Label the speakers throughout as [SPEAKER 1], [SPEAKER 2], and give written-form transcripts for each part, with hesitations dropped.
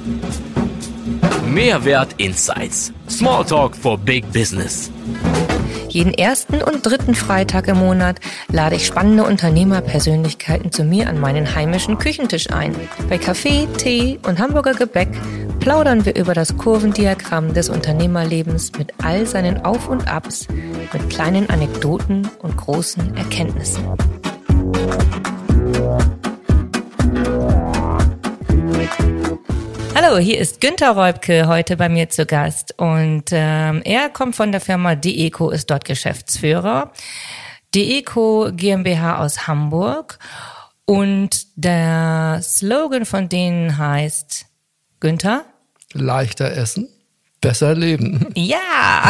[SPEAKER 1] Mehrwert Insights. Smalltalk for Big Business.
[SPEAKER 2] Jeden ersten und dritten Freitag im Monat lade ich spannende Unternehmerpersönlichkeiten zu mir an meinen heimischen Küchentisch ein. Bei Kaffee, Tee und Hamburger Gebäck plaudern wir über das Kurvendiagramm des Unternehmerlebens mit all seinen Auf und Abs, mit kleinen Anekdoten und großen Erkenntnissen. Hallo, hier ist Günther Reubke heute bei mir zu Gast und er kommt von der Firma DECO, ist dort Geschäftsführer. DECO GmbH aus Hamburg und der Slogan von denen heißt, Günther?
[SPEAKER 3] Leichter essen, besser leben.
[SPEAKER 2] Ja,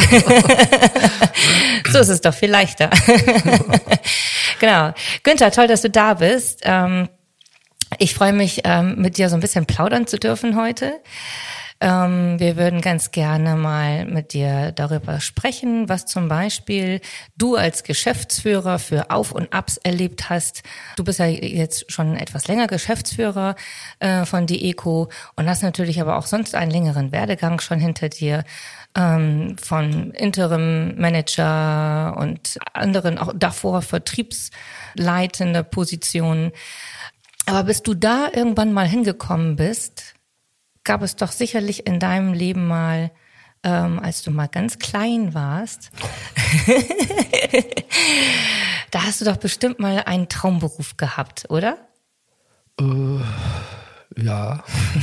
[SPEAKER 2] so ist es doch viel leichter. Genau. Günther, toll, dass du da bist. Ich freue mich, mit dir so ein bisschen plaudern zu dürfen heute. Wir würden ganz gerne mal mit dir darüber sprechen, was zum Beispiel du als Geschäftsführer für Auf und Abs erlebt hast. Du bist ja jetzt schon etwas länger Geschäftsführer von DECO und hast natürlich aber auch sonst einen längeren Werdegang schon hinter dir. Von Interim-Manager und anderen, auch davor vertriebsleitende Positionen. Aber bis du da irgendwann mal hingekommen bist, gab es doch sicherlich in deinem Leben mal, als du mal ganz klein warst, da hast du doch bestimmt mal einen Traumberuf gehabt, oder?
[SPEAKER 3] Ja.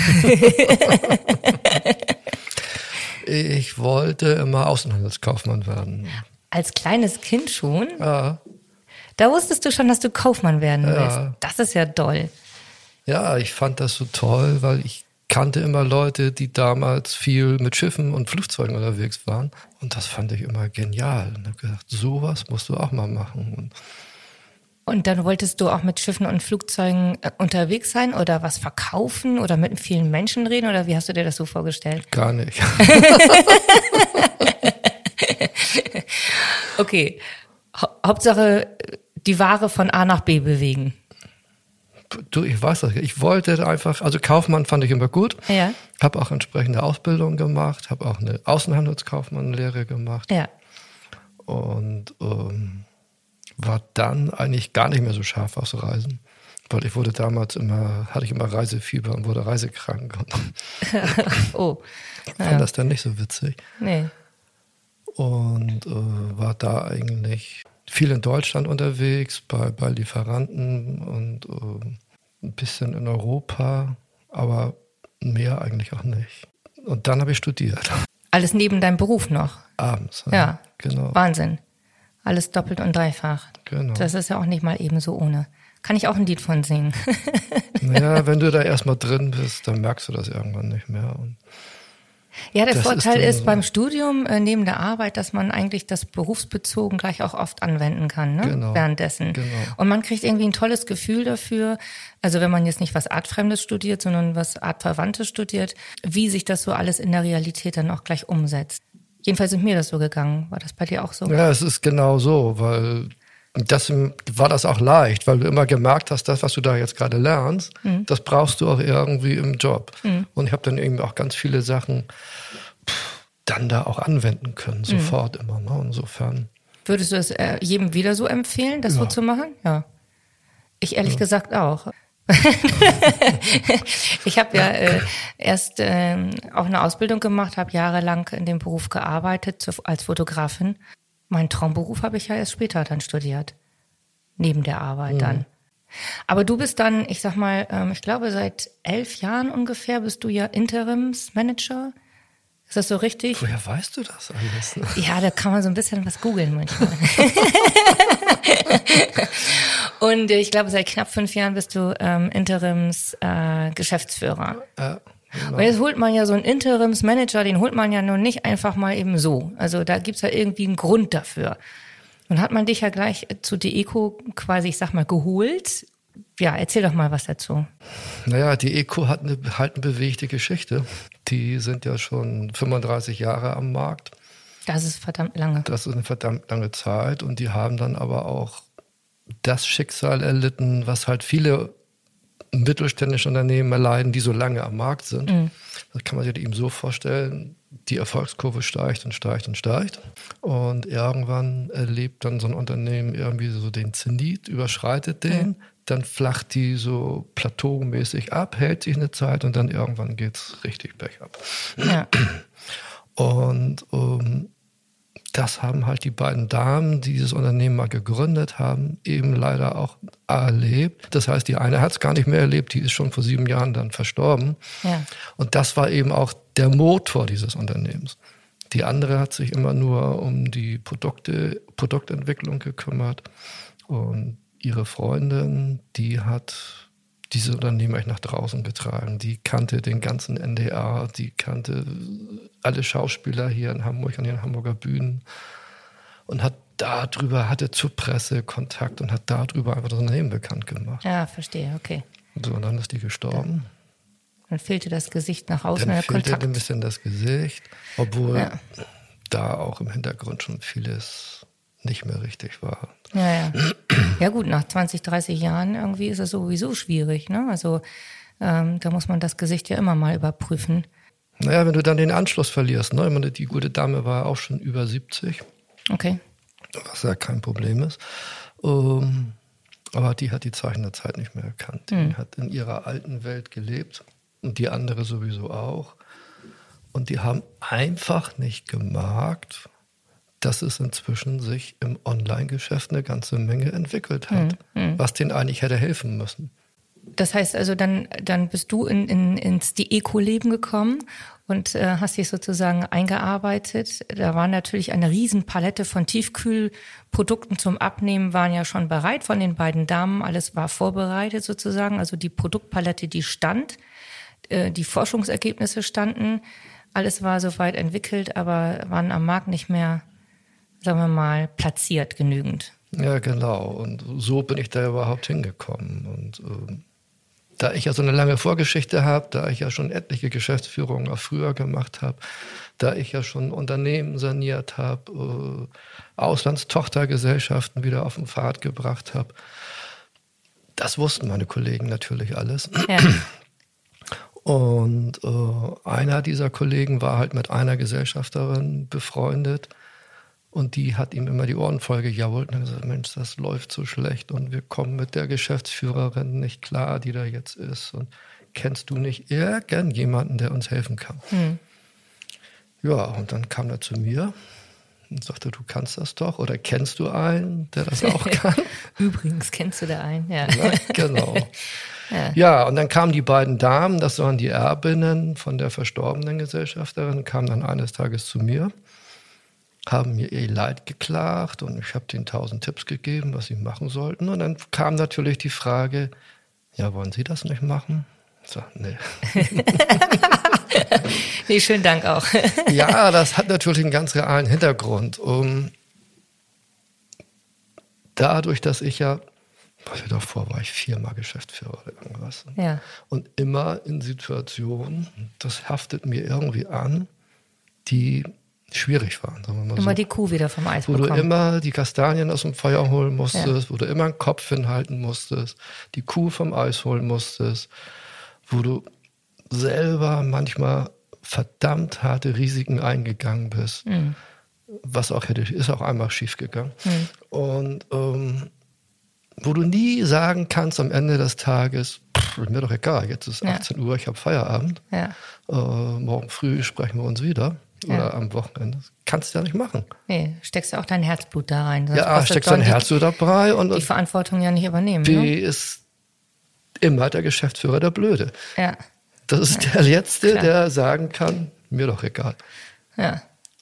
[SPEAKER 3] Ich wollte immer Außenhandelskaufmann werden.
[SPEAKER 2] Als kleines Kind schon?
[SPEAKER 3] Ja.
[SPEAKER 2] Da wusstest du schon, dass du Kaufmann werden willst. Das ist ja toll.
[SPEAKER 3] Ja, ich fand das so toll, weil ich kannte immer Leute, die damals viel mit Schiffen und Flugzeugen unterwegs waren. Und das fand ich immer genial. Und habe gedacht, sowas musst du auch mal machen.
[SPEAKER 2] Und dann wolltest du auch mit Schiffen und Flugzeugen unterwegs sein oder was verkaufen oder mit vielen Menschen reden? Oder wie hast du dir das so vorgestellt?
[SPEAKER 3] Gar nicht.
[SPEAKER 2] Okay. Hauptsache die Ware von A nach B bewegen.
[SPEAKER 3] Du, ich weiß das. Ich wollte einfach, also Kaufmann fand ich immer gut.
[SPEAKER 2] Ja.
[SPEAKER 3] Habe auch entsprechende Ausbildung gemacht, habe auch eine Außenhandelskaufmannlehre gemacht.
[SPEAKER 2] Ja.
[SPEAKER 3] Und war dann eigentlich gar nicht mehr so scharf aufs Reisen. Weil ich wurde damals hatte ich immer Reisefieber und wurde reisekrank.
[SPEAKER 2] Oh.
[SPEAKER 3] Fand das dann nicht so witzig.
[SPEAKER 2] Nee.
[SPEAKER 3] Und war da eigentlich viel in Deutschland unterwegs, bei Lieferanten und ein bisschen in Europa, aber mehr eigentlich auch nicht. Und dann habe ich studiert.
[SPEAKER 2] Alles neben deinem Beruf noch?
[SPEAKER 3] Abends.
[SPEAKER 2] Ja,
[SPEAKER 3] genau.
[SPEAKER 2] Wahnsinn. Alles doppelt und dreifach.
[SPEAKER 3] Genau.
[SPEAKER 2] Das ist ja auch nicht mal eben so ohne. Kann ich auch ein Lied von singen.
[SPEAKER 3] Naja, wenn du da erstmal drin bist, dann merkst du das irgendwann nicht mehr. Und
[SPEAKER 2] ja, der
[SPEAKER 3] das
[SPEAKER 2] Vorteil
[SPEAKER 3] ist
[SPEAKER 2] ist beim Studium neben der Arbeit, dass man eigentlich das berufsbezogen gleich auch oft anwenden kann, ne?
[SPEAKER 3] Genau.
[SPEAKER 2] Währenddessen.
[SPEAKER 3] Genau.
[SPEAKER 2] Und man kriegt irgendwie ein tolles Gefühl dafür, also wenn man jetzt nicht was Artfremdes studiert, sondern was Artverwandtes studiert, wie sich das so alles in der Realität dann auch gleich umsetzt. Jedenfalls sind mir das so gegangen. War das bei dir auch so?
[SPEAKER 3] Ja, es ist genau so, weil war das auch leicht, weil du immer gemerkt hast, das, was du da jetzt gerade lernst, das brauchst du auch irgendwie im Job. Und ich habe dann eben auch ganz viele Sachen dann da auch anwenden können, sofort immer. Ne? Insofern.
[SPEAKER 2] Würdest du es jedem wieder so empfehlen, das so zu machen? Ja. Ich ehrlich gesagt auch. Ich habe ja erst auch eine Ausbildung gemacht, habe jahrelang in dem Beruf gearbeitet als Fotografin. Meinen Traumberuf habe ich ja erst später dann studiert, neben der Arbeit dann. Aber du bist dann, ich sag mal, ich glaube seit 11 Jahren ungefähr bist du ja Interimsmanager. Ist das so richtig?
[SPEAKER 3] Woher weißt du das alles?
[SPEAKER 2] Ja, da kann man so ein bisschen was googeln manchmal. Und ich glaube, seit knapp 5 Jahren bist du Interims-Geschäftsführer.
[SPEAKER 3] Genau.
[SPEAKER 2] Und jetzt holt man ja so einen Interimsmanager, den holt man ja nun nicht einfach mal eben so. Also da gibt's ja irgendwie einen Grund dafür. Und hat man dich ja gleich zu DECO quasi, ich sag mal, geholt. Ja, erzähl doch mal was dazu.
[SPEAKER 3] Naja, DECO hat eine bewegte Geschichte. Die sind ja schon 35 Jahre am Markt.
[SPEAKER 2] Das ist verdammt lange.
[SPEAKER 3] Das ist eine verdammt lange Zeit. Und die haben dann aber auch das Schicksal erlitten, was halt viele mittelständische Unternehmen erleiden, die so lange am Markt sind. Das kann man sich eben so vorstellen, die Erfolgskurve steigt und steigt und steigt. Und irgendwann erlebt dann so ein Unternehmen irgendwie so den Zenit, überschreitet den, dann flacht die so plateaumäßig ab, hält sich eine Zeit und dann irgendwann geht's richtig bergab.
[SPEAKER 2] Ja.
[SPEAKER 3] Und das haben halt die beiden Damen, die dieses Unternehmen mal gegründet haben, eben leider auch erlebt. Das heißt, die eine hat es gar nicht mehr erlebt, die ist schon vor 7 Jahren dann verstorben.
[SPEAKER 2] Ja.
[SPEAKER 3] Und das war eben auch der Motor dieses Unternehmens. Die andere hat sich immer nur um die Produktentwicklung gekümmert. Und ihre Freundin, die hat diese Unternehmen echt nach draußen getragen. Die kannte den ganzen NDR, die kannte alle Schauspieler hier in Hamburg, an den Hamburger Bühnen und hatte zur Presse Kontakt und hat darüber einfach das Unternehmen bekannt gemacht.
[SPEAKER 2] Ja, verstehe, okay.
[SPEAKER 3] So, und dann ist die gestorben.
[SPEAKER 2] Dann fehlte das Gesicht nach außen,
[SPEAKER 3] Dann
[SPEAKER 2] der
[SPEAKER 3] fehlte
[SPEAKER 2] Kontakt.
[SPEAKER 3] ein bisschen das Gesicht, obwohl da auch im Hintergrund schon vieles nicht mehr richtig war.
[SPEAKER 2] Ja. Ja gut, nach 20, 30 Jahren irgendwie ist es sowieso schwierig, ne? Also da muss man das Gesicht ja immer mal überprüfen.
[SPEAKER 3] Naja, wenn du dann den Anschluss verlierst, ne? Ich meine, die gute Dame war auch schon über 70.
[SPEAKER 2] Okay.
[SPEAKER 3] Was ja kein Problem ist. Aber die hat die Zeichen der Zeit nicht mehr erkannt. Die hat in ihrer alten Welt gelebt und die andere sowieso auch. Und die haben einfach nicht gemerkt, dass es inzwischen sich im Online-Geschäft eine ganze Menge entwickelt hat, was denen eigentlich hätte helfen müssen.
[SPEAKER 2] Das heißt also, dann bist du ins Eco-Leben gekommen und hast dich sozusagen eingearbeitet. Da war natürlich eine Riesenpalette von Tiefkühlprodukten zum Abnehmen, waren ja schon bereit von den beiden Damen. Alles war vorbereitet sozusagen. Also die Produktpalette, die stand, die Forschungsergebnisse standen. Alles war soweit entwickelt, aber waren am Markt nicht mehr, sagen wir mal, platziert genügend.
[SPEAKER 3] Ja, genau. Und so bin ich da überhaupt hingekommen. Und da ich ja so eine lange Vorgeschichte habe, da ich ja schon etliche Geschäftsführungen auch früher gemacht habe, da ich ja schon Unternehmen saniert habe, Auslandstochtergesellschaften wieder auf den Pfad gebracht habe, das wussten meine Kollegen natürlich alles.
[SPEAKER 2] Ja.
[SPEAKER 3] Und einer dieser Kollegen war halt mit einer Gesellschafterin befreundet. Und die hat ihm immer die Ohren voll gejault und hat gesagt, Mensch, das läuft so schlecht und wir kommen mit der Geschäftsführerin nicht klar, die da jetzt ist. Und kennst du nicht irgendjemanden, der uns helfen kann? Ja, und dann kam er zu mir und sagte, du kannst das doch. Oder kennst du einen, der das auch kann?
[SPEAKER 2] Übrigens, kennst du da einen? Ja.
[SPEAKER 3] Na, genau. Ja, und dann kamen die beiden Damen, das waren die Erbinnen von der verstorbenen Gesellschafterin, kamen dann eines Tages zu mir, haben mir ihr Leid geklagt und ich habe denen 1000 Tipps gegeben, was sie machen sollten. Und dann kam natürlich die Frage, ja, wollen Sie das nicht machen? Ich sag, nee.
[SPEAKER 2] Nee, schönen Dank auch.
[SPEAKER 3] Ja, das hat natürlich einen ganz realen Hintergrund. Dadurch, dass ich ja, davor war ich 4-mal Geschäftsführer oder irgendwas.
[SPEAKER 2] Ja.
[SPEAKER 3] Und immer in Situationen, das haftet mir irgendwie an, die schwierig waren, sagen wir mal
[SPEAKER 2] Immer
[SPEAKER 3] so.
[SPEAKER 2] die Kuh wieder vom Eis
[SPEAKER 3] Wo
[SPEAKER 2] bekommen.
[SPEAKER 3] du immer die Kastanien aus dem Feuer holen musstest, wo du immer einen Kopf hinhalten musstest, die Kuh vom Eis holen musstest, wo du selber manchmal verdammt harte Risiken eingegangen bist, was auch ist auch einmal schief gegangen. Und wo du nie sagen kannst am Ende des Tages, mir doch egal, jetzt ist 18 Uhr, ich habe Feierabend, morgen früh sprechen wir uns wieder. Oder am Wochenende. Kannst du ja nicht machen.
[SPEAKER 2] Nee, steckst ja auch dein Herzblut da rein. Sonst
[SPEAKER 3] Ja,
[SPEAKER 2] brauchst du
[SPEAKER 3] steckst dein
[SPEAKER 2] dann
[SPEAKER 3] Herzblut dabei. Und
[SPEAKER 2] die Verantwortung ja nicht übernehmen.
[SPEAKER 3] B
[SPEAKER 2] Ne?
[SPEAKER 3] ist immer der Geschäftsführer der Blöde.
[SPEAKER 2] Ja,
[SPEAKER 3] Das ist der Letzte,
[SPEAKER 2] klar.
[SPEAKER 3] der sagen kann, mir doch egal.
[SPEAKER 2] ja.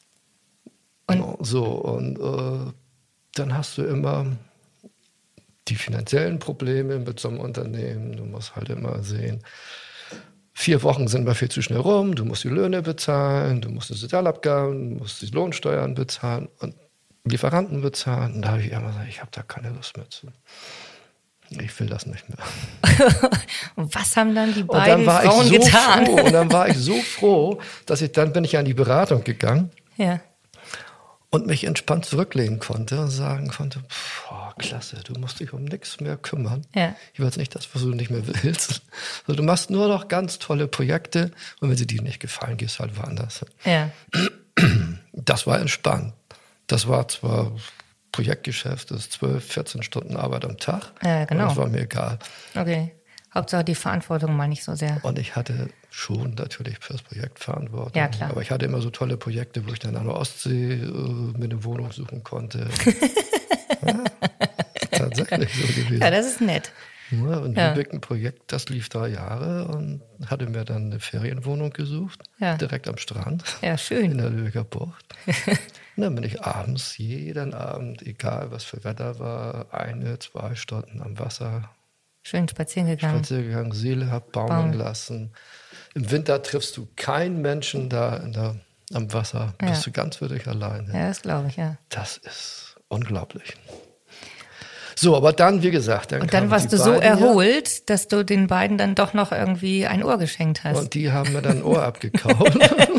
[SPEAKER 3] Und dann hast du immer die finanziellen Probleme mit so einem Unternehmen. Du musst halt immer sehen, 4 Wochen sind wir viel zu schnell rum, du musst die Löhne bezahlen, du musst die Sozialabgaben, du musst die Lohnsteuern bezahlen und Lieferanten bezahlen. Und da habe ich immer gesagt, ich habe da keine Lust mehr zu. Ich will das nicht mehr.
[SPEAKER 2] Und was haben dann die
[SPEAKER 3] Und
[SPEAKER 2] beiden
[SPEAKER 3] dann war
[SPEAKER 2] Frauen
[SPEAKER 3] ich so
[SPEAKER 2] getan?
[SPEAKER 3] froh, und dann war ich so froh, dass dann bin ich ja in die Beratung gegangen.
[SPEAKER 2] Ja,
[SPEAKER 3] und mich entspannt zurücklehnen konnte und sagen konnte, klasse, du musst dich um nichts mehr kümmern.
[SPEAKER 2] Ja.
[SPEAKER 3] Ich will jetzt nicht das, was du nicht mehr willst. Also du machst nur noch ganz tolle Projekte und wenn sie dir nicht gefallen, gehst halt woanders hin.
[SPEAKER 2] Ja.
[SPEAKER 3] Das war entspannt. Das war zwar Projektgeschäft, das ist 12, 14 Stunden Arbeit am Tag.
[SPEAKER 2] Ja, genau.
[SPEAKER 3] Aber das war mir egal.
[SPEAKER 2] Okay. Hauptsache die Verantwortung mal nicht so sehr.
[SPEAKER 3] Und ich hatte schon natürlich fürs Projekt Verantwortung.
[SPEAKER 2] Ja, klar.
[SPEAKER 3] Aber ich hatte immer so tolle Projekte, wo ich dann an der Ostsee mir eine Wohnung suchen konnte. Ja, tatsächlich so gewesen.
[SPEAKER 2] Ja, das ist nett.
[SPEAKER 3] Ja, und Lübeck ein Projekt, das lief 3 Jahre und hatte mir dann eine Ferienwohnung gesucht, direkt am Strand.
[SPEAKER 2] Ja, schön.
[SPEAKER 3] In der Lübecker Bucht. Und dann bin ich abends, jeden Abend, egal was für Wetter war, 1, 2 Stunden am Wasser
[SPEAKER 2] schön spazieren gegangen.
[SPEAKER 3] Seele hab baumeln lassen. Im Winter triffst du keinen Menschen da am Wasser. Bist du ganz für dich alleine.
[SPEAKER 2] Ja, das glaube ich, ja.
[SPEAKER 3] Das ist unglaublich. So, aber dann, wie gesagt,
[SPEAKER 2] und dann warst du so erholt, dass du den beiden dann doch noch irgendwie ein Ohr geschenkt hast.
[SPEAKER 3] Und die haben mir dann ein Ohr abgekauft.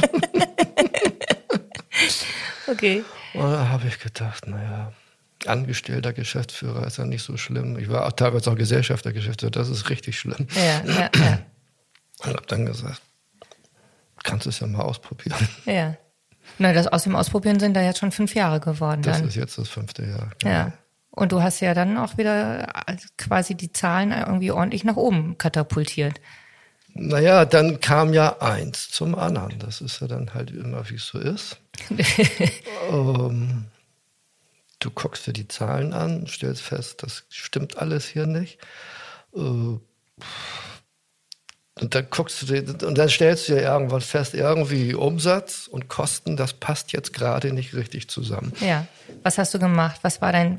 [SPEAKER 2] Okay.
[SPEAKER 3] Und da habe ich gedacht, naja, angestellter Geschäftsführer ist ja nicht so schlimm. Ich war auch teilweise auch Gesellschafter, Geschäftsführer, das ist richtig schlimm.
[SPEAKER 2] Ja.
[SPEAKER 3] Und habe dann gesagt, kannst du es ja mal ausprobieren.
[SPEAKER 2] Ja. Na, aus dem Ausprobieren sind da jetzt schon 5 Jahre geworden.
[SPEAKER 3] Das
[SPEAKER 2] dann.
[SPEAKER 3] ist jetzt das 5. Jahr. Genau.
[SPEAKER 2] Ja. Und du hast ja dann auch wieder quasi die Zahlen irgendwie ordentlich nach oben katapultiert.
[SPEAKER 3] Naja, dann kam ja eins zum anderen. Das ist ja dann halt immer, wie es so ist. Du guckst dir die Zahlen an, stellst fest, das stimmt alles hier nicht. Und dann stellst du ja irgendwann fest, irgendwie Umsatz und Kosten, das passt jetzt gerade nicht richtig zusammen.
[SPEAKER 2] Ja. Was hast du gemacht? Was war dein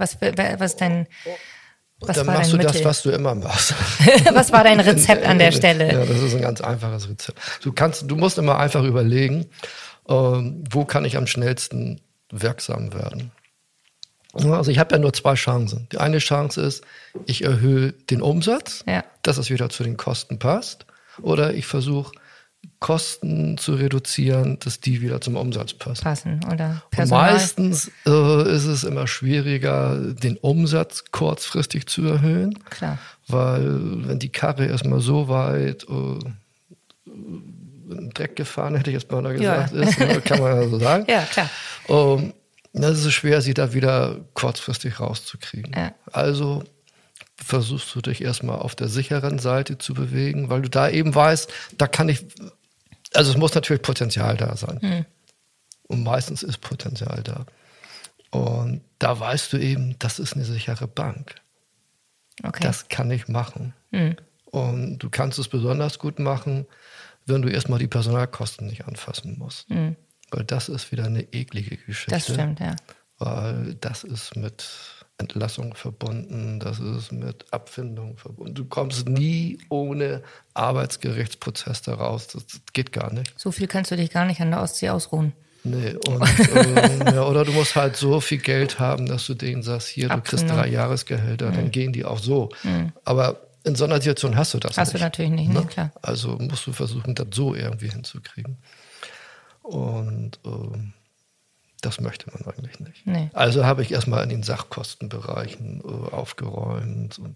[SPEAKER 3] Dann machst du das, was du immer machst.
[SPEAKER 2] Was war dein Rezept an der Stelle?
[SPEAKER 3] Ja, das ist ein ganz einfaches Rezept. Du musst immer einfach überlegen, wo kann ich am schnellsten wirksam werden. Also ich habe ja nur 2 Chancen. Die eine Chance ist, ich erhöhe den Umsatz, dass es wieder zu den Kosten passt. Oder ich versuche, Kosten zu reduzieren, dass die wieder zum Umsatz passen.
[SPEAKER 2] Oder
[SPEAKER 3] Personal. Und meistens ist es immer schwieriger, den Umsatz kurzfristig zu erhöhen.
[SPEAKER 2] Klar.
[SPEAKER 3] Weil wenn die Karre erstmal so weit in den Dreck gefahren, hätte ich jetzt mal gesagt, ist, kann man ja so sagen.
[SPEAKER 2] Ja, klar.
[SPEAKER 3] Das ist schwer, sie da wieder kurzfristig rauszukriegen.
[SPEAKER 2] Ja.
[SPEAKER 3] Also versuchst du dich erstmal auf der sicheren Seite zu bewegen, weil du da eben weißt, also es muss natürlich Potenzial da sein. Und meistens ist Potenzial da. Und da weißt du eben, das ist eine sichere Bank.
[SPEAKER 2] Okay.
[SPEAKER 3] Das kann ich machen. Und du kannst es besonders gut machen, wenn du erstmal die Personalkosten nicht anfassen musst. Weil das ist wieder eine eklige Geschichte.
[SPEAKER 2] Das stimmt, ja.
[SPEAKER 3] Weil das ist mit Entlassung verbunden, das ist mit Abfindung verbunden. Du kommst nie ohne Arbeitsgerichtsprozess da raus. Das geht gar nicht.
[SPEAKER 2] So viel kannst du dich gar nicht an der Ostsee ausruhen.
[SPEAKER 3] Nee, oder du musst halt so viel Geld haben, dass du denen sagst, hier, du kriegst 3 Jahresgehälter, dann gehen die auch so. Aber in so einer Situation hast du das nicht.
[SPEAKER 2] Hast du natürlich nicht, ne? Klar.
[SPEAKER 3] Also musst du versuchen, das so irgendwie hinzukriegen. Und das möchte man eigentlich nicht.
[SPEAKER 2] Nee.
[SPEAKER 3] Also habe ich erstmal in den Sachkostenbereichen aufgeräumt und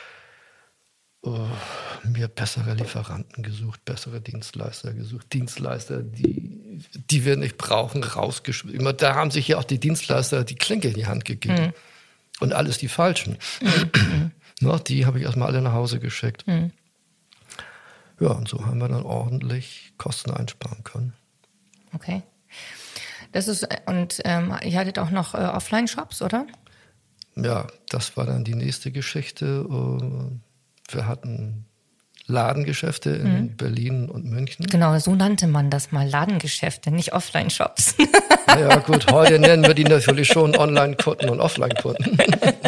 [SPEAKER 3] mir bessere Lieferanten gesucht, bessere Dienstleister gesucht. Dienstleister, die wir nicht brauchen, rausgeschmissen. Da haben sich ja auch die Dienstleister die Klinke in die Hand gegeben. Und alles die Falschen. Die habe ich erstmal alle nach Hause geschickt. Ja, und so haben wir dann ordentlich Kosten einsparen können.
[SPEAKER 2] Okay. Das ist, und ihr hattet auch noch Offline-Shops, oder?
[SPEAKER 3] Ja, das war dann die nächste Geschichte. Wir hatten Ladengeschäfte in Berlin und München.
[SPEAKER 2] Genau, so nannte man das mal, Ladengeschäfte, nicht Offline-Shops.
[SPEAKER 3] Ja gut, heute nennen wir die natürlich schon Online-Kunden und Offline-Kunden.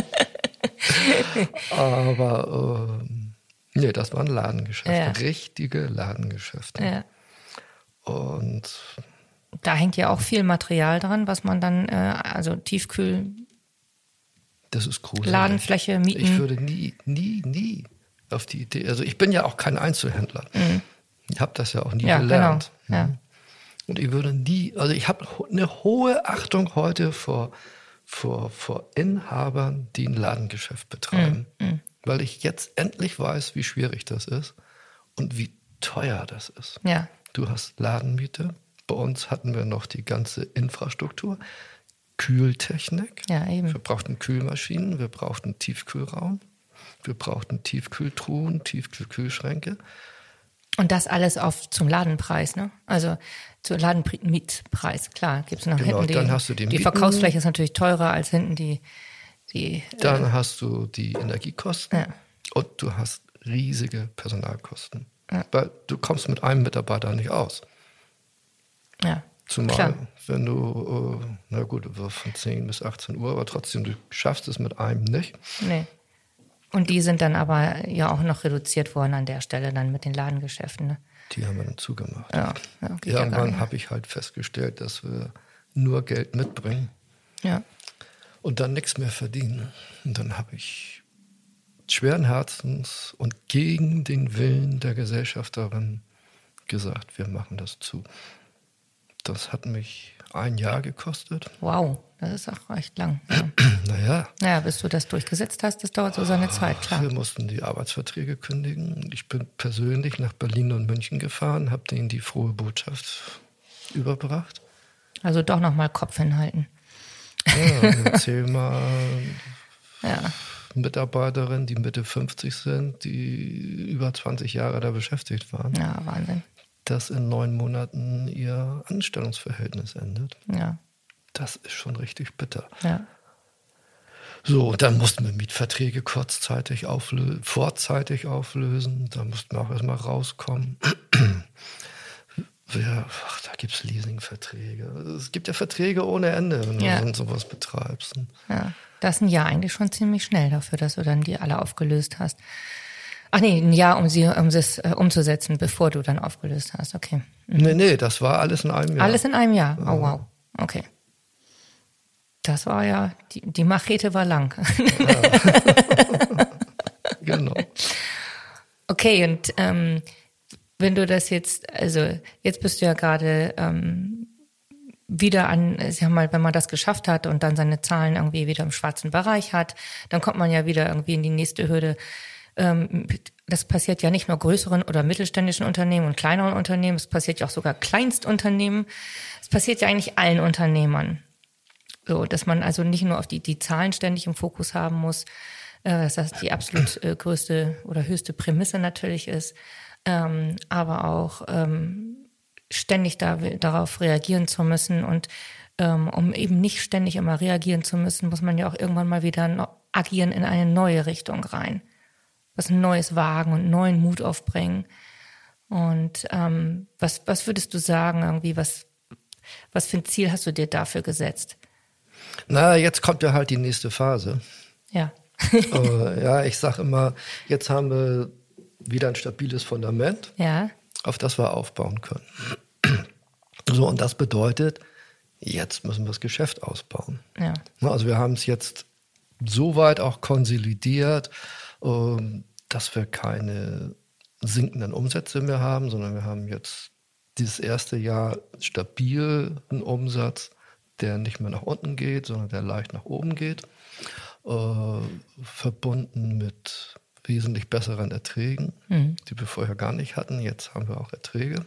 [SPEAKER 3] Aber nee, das waren Ladengeschäfte, richtige Ladengeschäfte.
[SPEAKER 2] Ja.
[SPEAKER 3] Und
[SPEAKER 2] da hängt ja auch viel Material dran, was man dann, also Tiefkühl,
[SPEAKER 3] das ist gruselig.
[SPEAKER 2] Ladenfläche mieten.
[SPEAKER 3] Ich würde nie auf die Idee, also ich bin ja auch kein Einzelhändler. Ich habe das ja auch nie gelernt.
[SPEAKER 2] Genau. Ja.
[SPEAKER 3] Und ich würde nie, also ich habe eine hohe Achtung heute vor Inhabern, die ein Ladengeschäft betreiben. Weil ich jetzt endlich weiß, wie schwierig das ist und wie teuer das ist.
[SPEAKER 2] Ja.
[SPEAKER 3] Du hast Ladenmiete. Bei uns hatten wir noch die ganze Infrastruktur. Kühltechnik.
[SPEAKER 2] Ja, eben.
[SPEAKER 3] Wir brauchten Kühlmaschinen, wir brauchten Tiefkühlraum, wir brauchten Tiefkühltruhen, Tiefkühlschränke.
[SPEAKER 2] Und das alles zum Ladenpreis, ne? Also zum Ladenmietpreis, klar. Gibt's noch
[SPEAKER 3] Genau,
[SPEAKER 2] hinten
[SPEAKER 3] dann hast du die
[SPEAKER 2] die
[SPEAKER 3] Mieten.
[SPEAKER 2] Verkaufsfläche ist natürlich teurer als hinten die
[SPEAKER 3] Dann hast du die Energiekosten
[SPEAKER 2] Ja.
[SPEAKER 3] und du hast riesige Personalkosten. Weil du kommst mit einem Mitarbeiter nicht aus.
[SPEAKER 2] ja.
[SPEAKER 3] Zumal,
[SPEAKER 2] Klar.
[SPEAKER 3] wenn du, na gut, von 10 bis 18 Uhr, aber trotzdem, du schaffst es mit einem nicht.
[SPEAKER 2] Nee. Und die sind dann aber ja auch noch reduziert worden an der Stelle dann mit den Ladengeschäften, ne?
[SPEAKER 3] Die haben wir dann zugemacht.
[SPEAKER 2] Ja, geht ja gar
[SPEAKER 3] Irgendwann
[SPEAKER 2] nicht.
[SPEAKER 3] habe ich halt festgestellt, dass wir nur Geld mitbringen
[SPEAKER 2] Ja.
[SPEAKER 3] und dann nichts mehr verdienen. Und dann habe ich schweren Herzens und gegen den Willen der Gesellschafterin gesagt, wir machen das zu. Das hat mich 1 Jahr gekostet.
[SPEAKER 2] Wow, das ist auch recht lang. Ja.
[SPEAKER 3] Naja,
[SPEAKER 2] Naja, bis du das durchgesetzt hast, das dauert so seine Zeit, klar.
[SPEAKER 3] wir mussten die Arbeitsverträge kündigen. Ich bin persönlich nach Berlin und München gefahren, habe denen die frohe Botschaft überbracht.
[SPEAKER 2] Also doch nochmal Kopf hinhalten.
[SPEAKER 3] Ja, erzähl mal
[SPEAKER 2] Ja.
[SPEAKER 3] Mitarbeiterinnen, die Mitte 50 sind, die über 20 Jahre da beschäftigt waren,
[SPEAKER 2] Ja, Wahnsinn.
[SPEAKER 3] dass in 9 Monaten ihr Anstellungsverhältnis endet.
[SPEAKER 2] Ja.
[SPEAKER 3] Das ist schon richtig bitter.
[SPEAKER 2] Ja.
[SPEAKER 3] So, dann mussten wir Mietverträge vorzeitig auflösen. Da mussten wir auch erstmal rauskommen. Da gibt es Leasingverträge. Es gibt ja Verträge ohne Ende, wenn
[SPEAKER 2] Ja.
[SPEAKER 3] du sowas betreibst.
[SPEAKER 2] Ja. Das ist ein Jahr eigentlich schon ziemlich schnell dafür, dass du dann die alle aufgelöst hast. Ach nee, ein Jahr, um es umzusetzen, bevor du dann aufgelöst hast. Okay.
[SPEAKER 3] Nee, das war alles in einem Jahr.
[SPEAKER 2] Alles in einem Jahr. Oh wow. Okay. Das war ja, die Machete war lang.
[SPEAKER 3] Genau.
[SPEAKER 2] Okay, und wenn du das jetzt, also jetzt bist du ja gerade wieder ich sag mal, wenn man das geschafft hat und dann seine Zahlen irgendwie wieder im schwarzen Bereich hat, dann kommt man ja wieder irgendwie in die nächste Hürde. Das passiert ja nicht nur größeren oder mittelständischen Unternehmen und kleineren Unternehmen, es passiert ja auch sogar Kleinstunternehmen. Es passiert ja eigentlich allen Unternehmern. So, dass man also nicht nur auf die Zahlen ständig im Fokus haben muss, dass das die absolut größte oder höchste Prämisse natürlich ist, aber auch ständig darauf reagieren zu müssen. Und um eben nicht ständig immer reagieren zu müssen, muss man ja auch irgendwann mal wieder agieren in eine neue Richtung rein. Was Neues wagen und neuen Mut aufbringen. Und was würdest du sagen, irgendwie, was für ein Ziel hast du dir dafür gesetzt?
[SPEAKER 3] Na, jetzt kommt ja halt die nächste Phase.
[SPEAKER 2] Ja.
[SPEAKER 3] Ja, ich sag immer, jetzt haben wir wieder ein stabiles Fundament,
[SPEAKER 2] Ja.
[SPEAKER 3] auf das wir aufbauen können. So, und das bedeutet, jetzt müssen wir das Geschäft ausbauen.
[SPEAKER 2] Ja.
[SPEAKER 3] Also wir haben es jetzt so weit auch konsolidiert, dass wir keine sinkenden Umsätze mehr haben, sondern wir haben jetzt dieses erste Jahr stabil einen Umsatz, der nicht mehr nach unten geht, sondern der leicht nach oben geht, verbunden mit wesentlich besseren Erträgen, die wir vorher gar nicht hatten. Jetzt haben wir auch Erträge.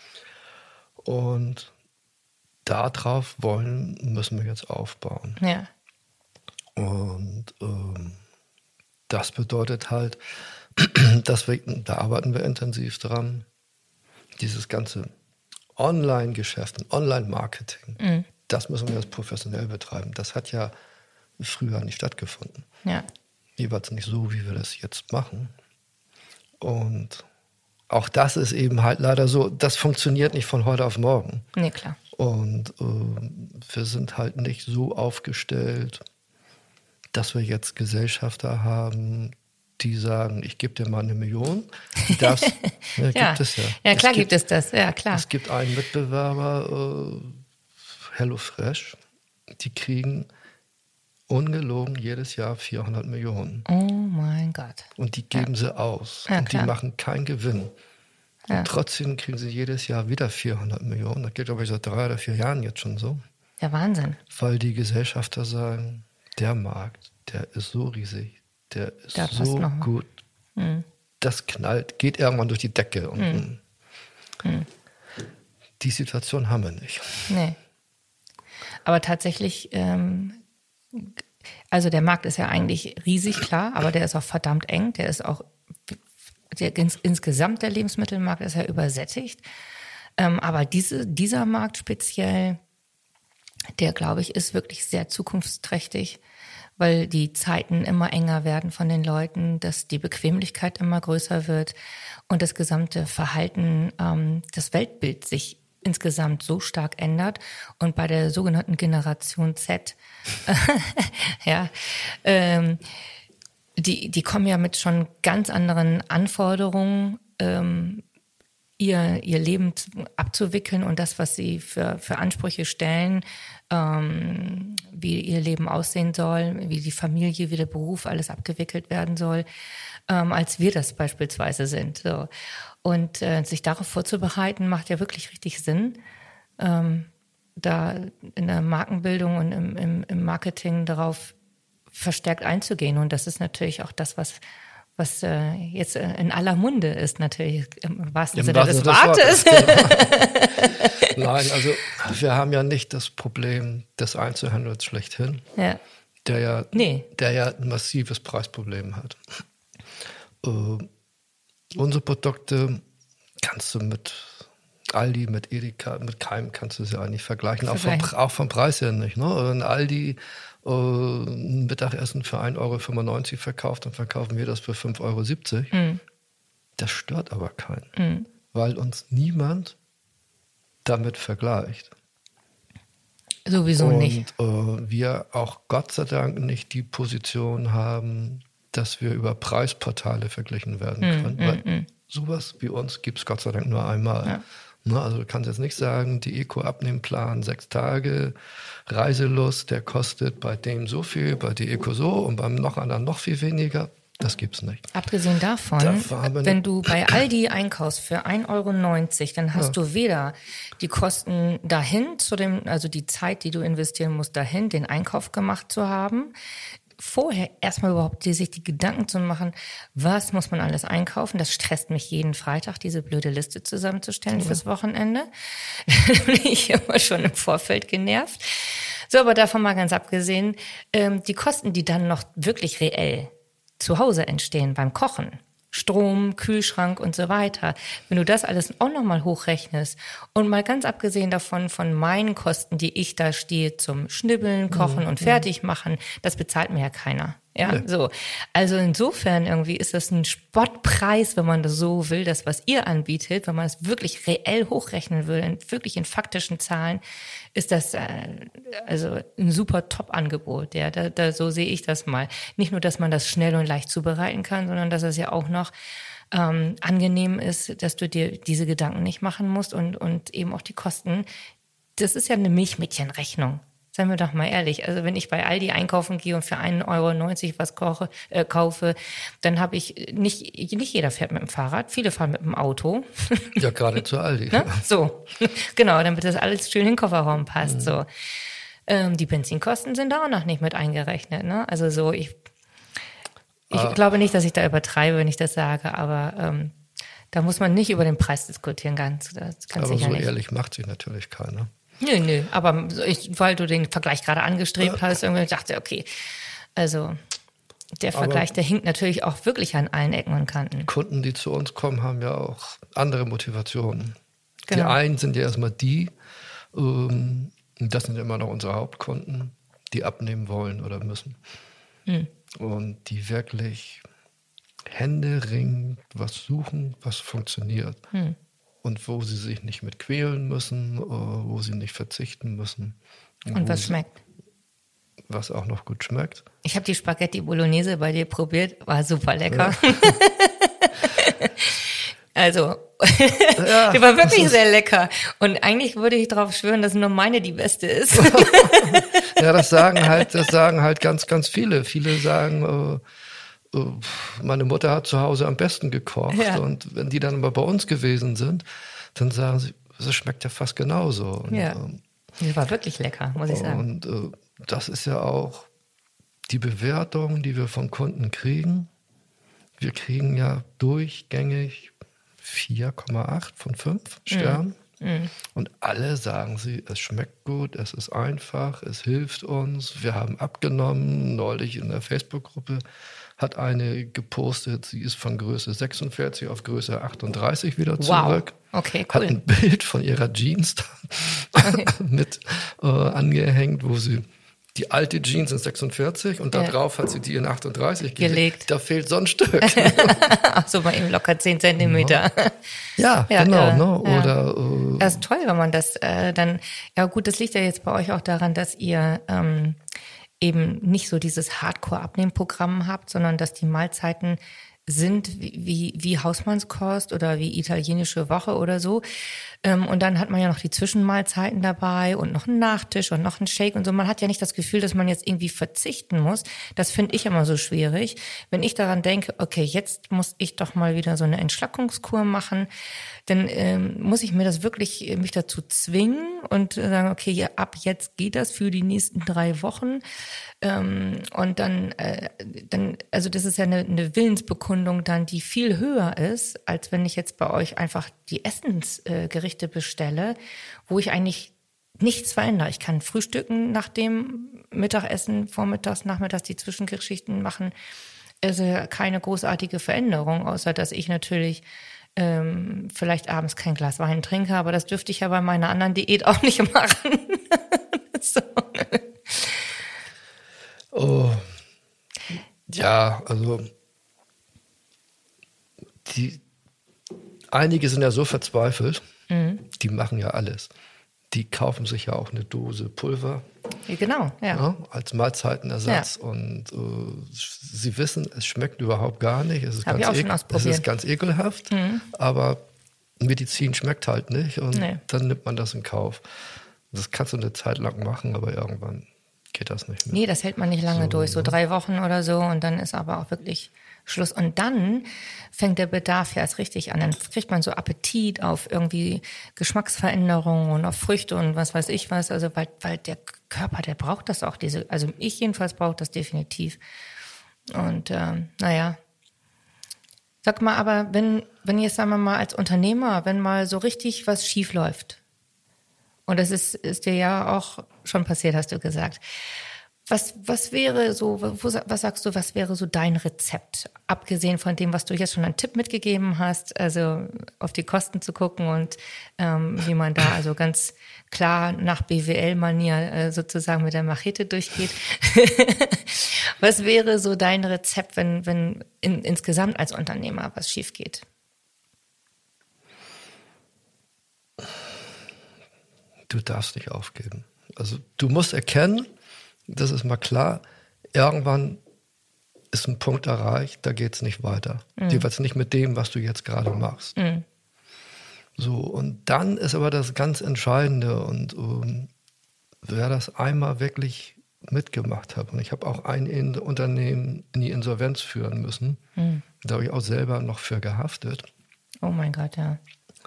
[SPEAKER 3] Und darauf müssen wir jetzt aufbauen.
[SPEAKER 2] Ja.
[SPEAKER 3] Und das bedeutet halt, da arbeiten wir intensiv dran, dieses ganze Online-Geschäft und Online-Marketing, das müssen wir jetzt professionell betreiben. Das hat ja früher nicht stattgefunden.
[SPEAKER 2] Ja.
[SPEAKER 3] Jeweils nicht so, wie wir das jetzt machen. Und auch das ist eben halt leider so, das funktioniert nicht von heute auf morgen.
[SPEAKER 2] Nee, klar.
[SPEAKER 3] Und wir sind halt nicht so aufgestellt, dass wir jetzt Gesellschafter haben, die sagen, ich gebe dir mal 1 Million. Das
[SPEAKER 2] Ja.
[SPEAKER 3] gibt es ja.
[SPEAKER 2] Ja, klar gibt es das. Ja, klar.
[SPEAKER 3] Es gibt einen Mitbewerber, HelloFresh, die kriegen ungelogen jedes Jahr 400 Millionen.
[SPEAKER 2] Oh mein Gott.
[SPEAKER 3] Und die geben sie aus.
[SPEAKER 2] Ja,
[SPEAKER 3] und die
[SPEAKER 2] klar.
[SPEAKER 3] machen keinen Gewinn. Und trotzdem kriegen sie jedes Jahr wieder 400 Millionen. Das geht, glaube ich, seit 3 oder 4 Jahren jetzt schon so.
[SPEAKER 2] Ja, Wahnsinn.
[SPEAKER 3] Weil die Gesellschafter sagen, der Markt, der ist so riesig, der ist so gut. Das knallt, geht irgendwann durch die Decke. Und die Situation haben wir nicht.
[SPEAKER 2] Nee. Aber tatsächlich, also der Markt ist ja eigentlich riesig, klar, aber der ist auch verdammt eng. Der ist auch, insgesamt der Lebensmittelmarkt ist ja übersättigt. Aber dieser Markt speziell, der, glaube ich, ist wirklich sehr zukunftsträchtig, weil die Zeiten immer enger werden von den Leuten, dass die Bequemlichkeit immer größer wird und das gesamte Verhalten, das Weltbild sich insgesamt so stark ändert. Und bei der sogenannten Generation Z, die kommen ja mit schon ganz anderen Anforderungen, ihr Leben abzuwickeln und das, was sie für Ansprüche stellen, wie ihr Leben aussehen soll, wie die Familie, wie der Beruf, alles abgewickelt werden soll, als wir das beispielsweise sind. So. Und sich darauf vorzubereiten, macht ja wirklich richtig Sinn, da in der Markenbildung und im Marketing darauf verstärkt einzugehen. Und das ist natürlich auch das, was jetzt in aller Munde ist, natürlich im wahrsten Sinne des Wortes.
[SPEAKER 3] Nein, also wir haben ja nicht das Problem des Einzelhandels schlechthin, der ja ein massives Preisproblem hat. Unsere Produkte kannst du mit Aldi, mit Edeka, mit keinem kannst du sie eigentlich vergleichen, auch vom Preis her nicht. Ne? Wenn Aldi ein Mittagessen für 1,95 € verkauft, dann verkaufen wir das für 5,70 €. Das stört aber keinen, weil uns niemand damit vergleicht.
[SPEAKER 2] Sowieso nicht.
[SPEAKER 3] Und wir auch Gott sei Dank nicht die Position haben, dass wir über Preisportale verglichen werden können. Weil sowas wie uns gibt es Gott sei Dank nur einmal. Ja. Ne, also du kannst jetzt nicht sagen, die Eco-Abnehmplan 6 Tage, Reiselust, der kostet bei dem so viel, bei der Eco so und beim noch anderen noch viel weniger. Das gibt's nicht.
[SPEAKER 2] Abgesehen davon, wenn du bei Aldi einkaufst für 1,90 €, dann hast du weder die Kosten dahin, also die Zeit, die du investieren musst, dahin, den Einkauf gemacht zu haben. Vorher erstmal überhaupt sich die Gedanken zu machen, was muss man alles einkaufen. Das stresst mich jeden Freitag, diese blöde Liste zusammenzustellen fürs Wochenende. Da bin ich immer schon im Vorfeld genervt. So, aber davon mal ganz abgesehen, die Kosten, die dann noch wirklich reell zu Hause entstehen beim Kochen, Strom, Kühlschrank und so weiter. Wenn du das alles auch nochmal hochrechnest und mal ganz abgesehen davon von meinen Kosten, die ich da stehe zum Schnibbeln, Kochen und fertig machen, das bezahlt mir ja keiner. Ja, so. Also insofern irgendwie ist das ein Spottpreis, wenn man das so will, das, was ihr anbietet, wenn man es wirklich reell hochrechnen will, wirklich in faktischen Zahlen, ist das also ein super Top-Angebot. Ja, so sehe ich das mal. Nicht nur, dass man das schnell und leicht zubereiten kann, sondern dass es ja auch noch angenehm ist, dass du dir diese Gedanken nicht machen musst und eben auch die Kosten. Das ist ja eine Milchmädchenrechnung. Seien wir doch mal ehrlich. Also wenn ich bei Aldi einkaufen gehe und für 1,90 € was kaufe, dann habe ich nicht jeder fährt mit dem Fahrrad, viele fahren mit dem Auto.
[SPEAKER 3] Ja, gerade zu Aldi.
[SPEAKER 2] Ne? So, genau, damit das alles schön in den Kofferraum passt. So, die Benzinkosten sind da auch noch nicht mit eingerechnet. Ne? Also so, ich glaube nicht, dass ich da übertreibe, wenn ich das sage, aber da muss man nicht über den Preis diskutieren, ganz
[SPEAKER 3] aber
[SPEAKER 2] sicher
[SPEAKER 3] so
[SPEAKER 2] nicht.
[SPEAKER 3] Ehrlich macht sich natürlich keiner.
[SPEAKER 2] Nö, aber weil du den Vergleich gerade angestrebt hast, irgendwie dachte, okay, also der Vergleich, der hinkt natürlich auch wirklich an allen Ecken und Kanten.
[SPEAKER 3] Kunden, die zu uns kommen, haben ja auch andere Motivationen.
[SPEAKER 2] Genau.
[SPEAKER 3] Die einen sind ja erstmal das sind immer noch unsere Hauptkunden, die abnehmen wollen oder müssen. Und die wirklich händeringend was suchen, was funktioniert. Und wo sie sich nicht mit quälen müssen, wo sie nicht verzichten müssen.
[SPEAKER 2] Und was schmeckt?
[SPEAKER 3] Was auch noch gut schmeckt.
[SPEAKER 2] Ich habe die Spaghetti Bolognese bei dir probiert, war super lecker. Ja. Also, die war wirklich sehr lecker. Und eigentlich würde ich darauf schwören, dass nur meine die beste ist.
[SPEAKER 3] Ja, das sagen halt ganz, ganz viele. Viele sagen, meine Mutter hat zu Hause am besten gekocht.
[SPEAKER 2] Ja.
[SPEAKER 3] Und wenn die dann aber bei uns gewesen sind, dann sagen sie, das schmeckt ja fast genauso. Und,
[SPEAKER 2] Ja. Das war wirklich lecker, muss ich sagen.
[SPEAKER 3] und das ist ja auch die Bewertung, die wir von Kunden kriegen. Wir kriegen ja durchgängig 4,8 von 5 Sternen. Und alle sagen sie, es schmeckt gut, es ist einfach, es hilft uns. Wir haben abgenommen. Neulich in der Facebook-Gruppe hat eine gepostet, sie ist von Größe 46 auf Größe 38 wieder zurück.
[SPEAKER 2] Wow, okay,
[SPEAKER 3] Hat
[SPEAKER 2] cool.
[SPEAKER 3] ein Bild von ihrer Jeans mit angehängt, wo sie die alte Jeans in 46 und da drauf hat sie die in 38 gelegt. Da fehlt so ein Stück.
[SPEAKER 2] Ach so, mal eben locker 10 Zentimeter.
[SPEAKER 3] Ja, genau. Ne? Oder,
[SPEAKER 2] das ist toll, wenn man das dann, ja gut, das liegt ja jetzt bei euch auch daran, dass ihr eben nicht so dieses Hardcore-Abnehmprogramm habt, sondern dass die Mahlzeiten sind wie Hausmannskost oder wie italienische Woche oder so. Und dann hat man ja noch die Zwischenmahlzeiten dabei und noch einen Nachtisch und noch einen Shake und so. Man hat ja nicht das Gefühl, dass man jetzt irgendwie verzichten muss. Das finde ich immer so schwierig. Wenn ich daran denke, okay, jetzt muss ich doch mal wieder so eine Entschlackungskur machen, dann muss ich mir das wirklich, mich dazu zwingen und sagen, okay, ja, ab jetzt geht das für die nächsten 3 Wochen. Und dann, also das ist ja eine Willensbekundung dann, die viel höher ist, als wenn ich jetzt bei euch einfach die Essensgerichte bestelle, wo ich eigentlich nichts verändere. Ich kann frühstücken nach dem Mittagessen, vormittags, nachmittags die Zwischengeschichten machen. Also keine großartige Veränderung, außer dass ich natürlich vielleicht abends kein Glas Wein trinke, aber das dürfte ich ja bei meiner anderen Diät auch nicht machen. So.
[SPEAKER 3] Oh, ja, also einige sind ja so verzweifelt, die machen ja alles. Die kaufen sich ja auch eine Dose Pulver.
[SPEAKER 2] Genau, ja.
[SPEAKER 3] Als Mahlzeitenersatz. Ja. Und sie wissen, es schmeckt überhaupt gar nicht. Es ist, ganz ekelhaft. Aber Medizin schmeckt halt nicht. Und dann nimmt man das in Kauf. Das kannst du eine Zeit lang machen, aber irgendwann geht das nicht mehr.
[SPEAKER 2] Nee, das hält man nicht lange durch. So 3 Wochen oder so. Und dann ist aber auch wirklich Schluss. Und dann fängt der Bedarf ja erst richtig an. Dann kriegt man so Appetit auf irgendwie Geschmacksveränderungen und auf Früchte und was weiß ich was. Also weil der Körper, der braucht das auch. Also ich jedenfalls brauche das definitiv. Und naja. Sag mal, aber wenn jetzt, sagen wir mal, als Unternehmer, wenn mal so richtig was schief läuft, und das ist dir ja auch schon passiert, hast du gesagt. Was wäre so, was sagst du, was wäre so dein Rezept? Abgesehen von dem, was du jetzt schon einen Tipp mitgegeben hast, also auf die Kosten zu gucken und wie man da also ganz klar nach BWL-Manier sozusagen mit der Machete durchgeht. Was wäre so dein Rezept, wenn insgesamt als Unternehmer was schief geht?
[SPEAKER 3] Du darfst nicht aufgeben. Also du musst erkennen, das ist mal klar, irgendwann ist ein Punkt erreicht, da geht es nicht weiter. Jedenfalls nicht mit dem, was du jetzt gerade machst. So, und dann ist aber das ganz Entscheidende und wer das einmal wirklich mitgemacht hat, und ich habe auch ein Unternehmen in die Insolvenz führen müssen, da habe ich auch selber noch für gehaftet.
[SPEAKER 2] Oh mein Gott, ja.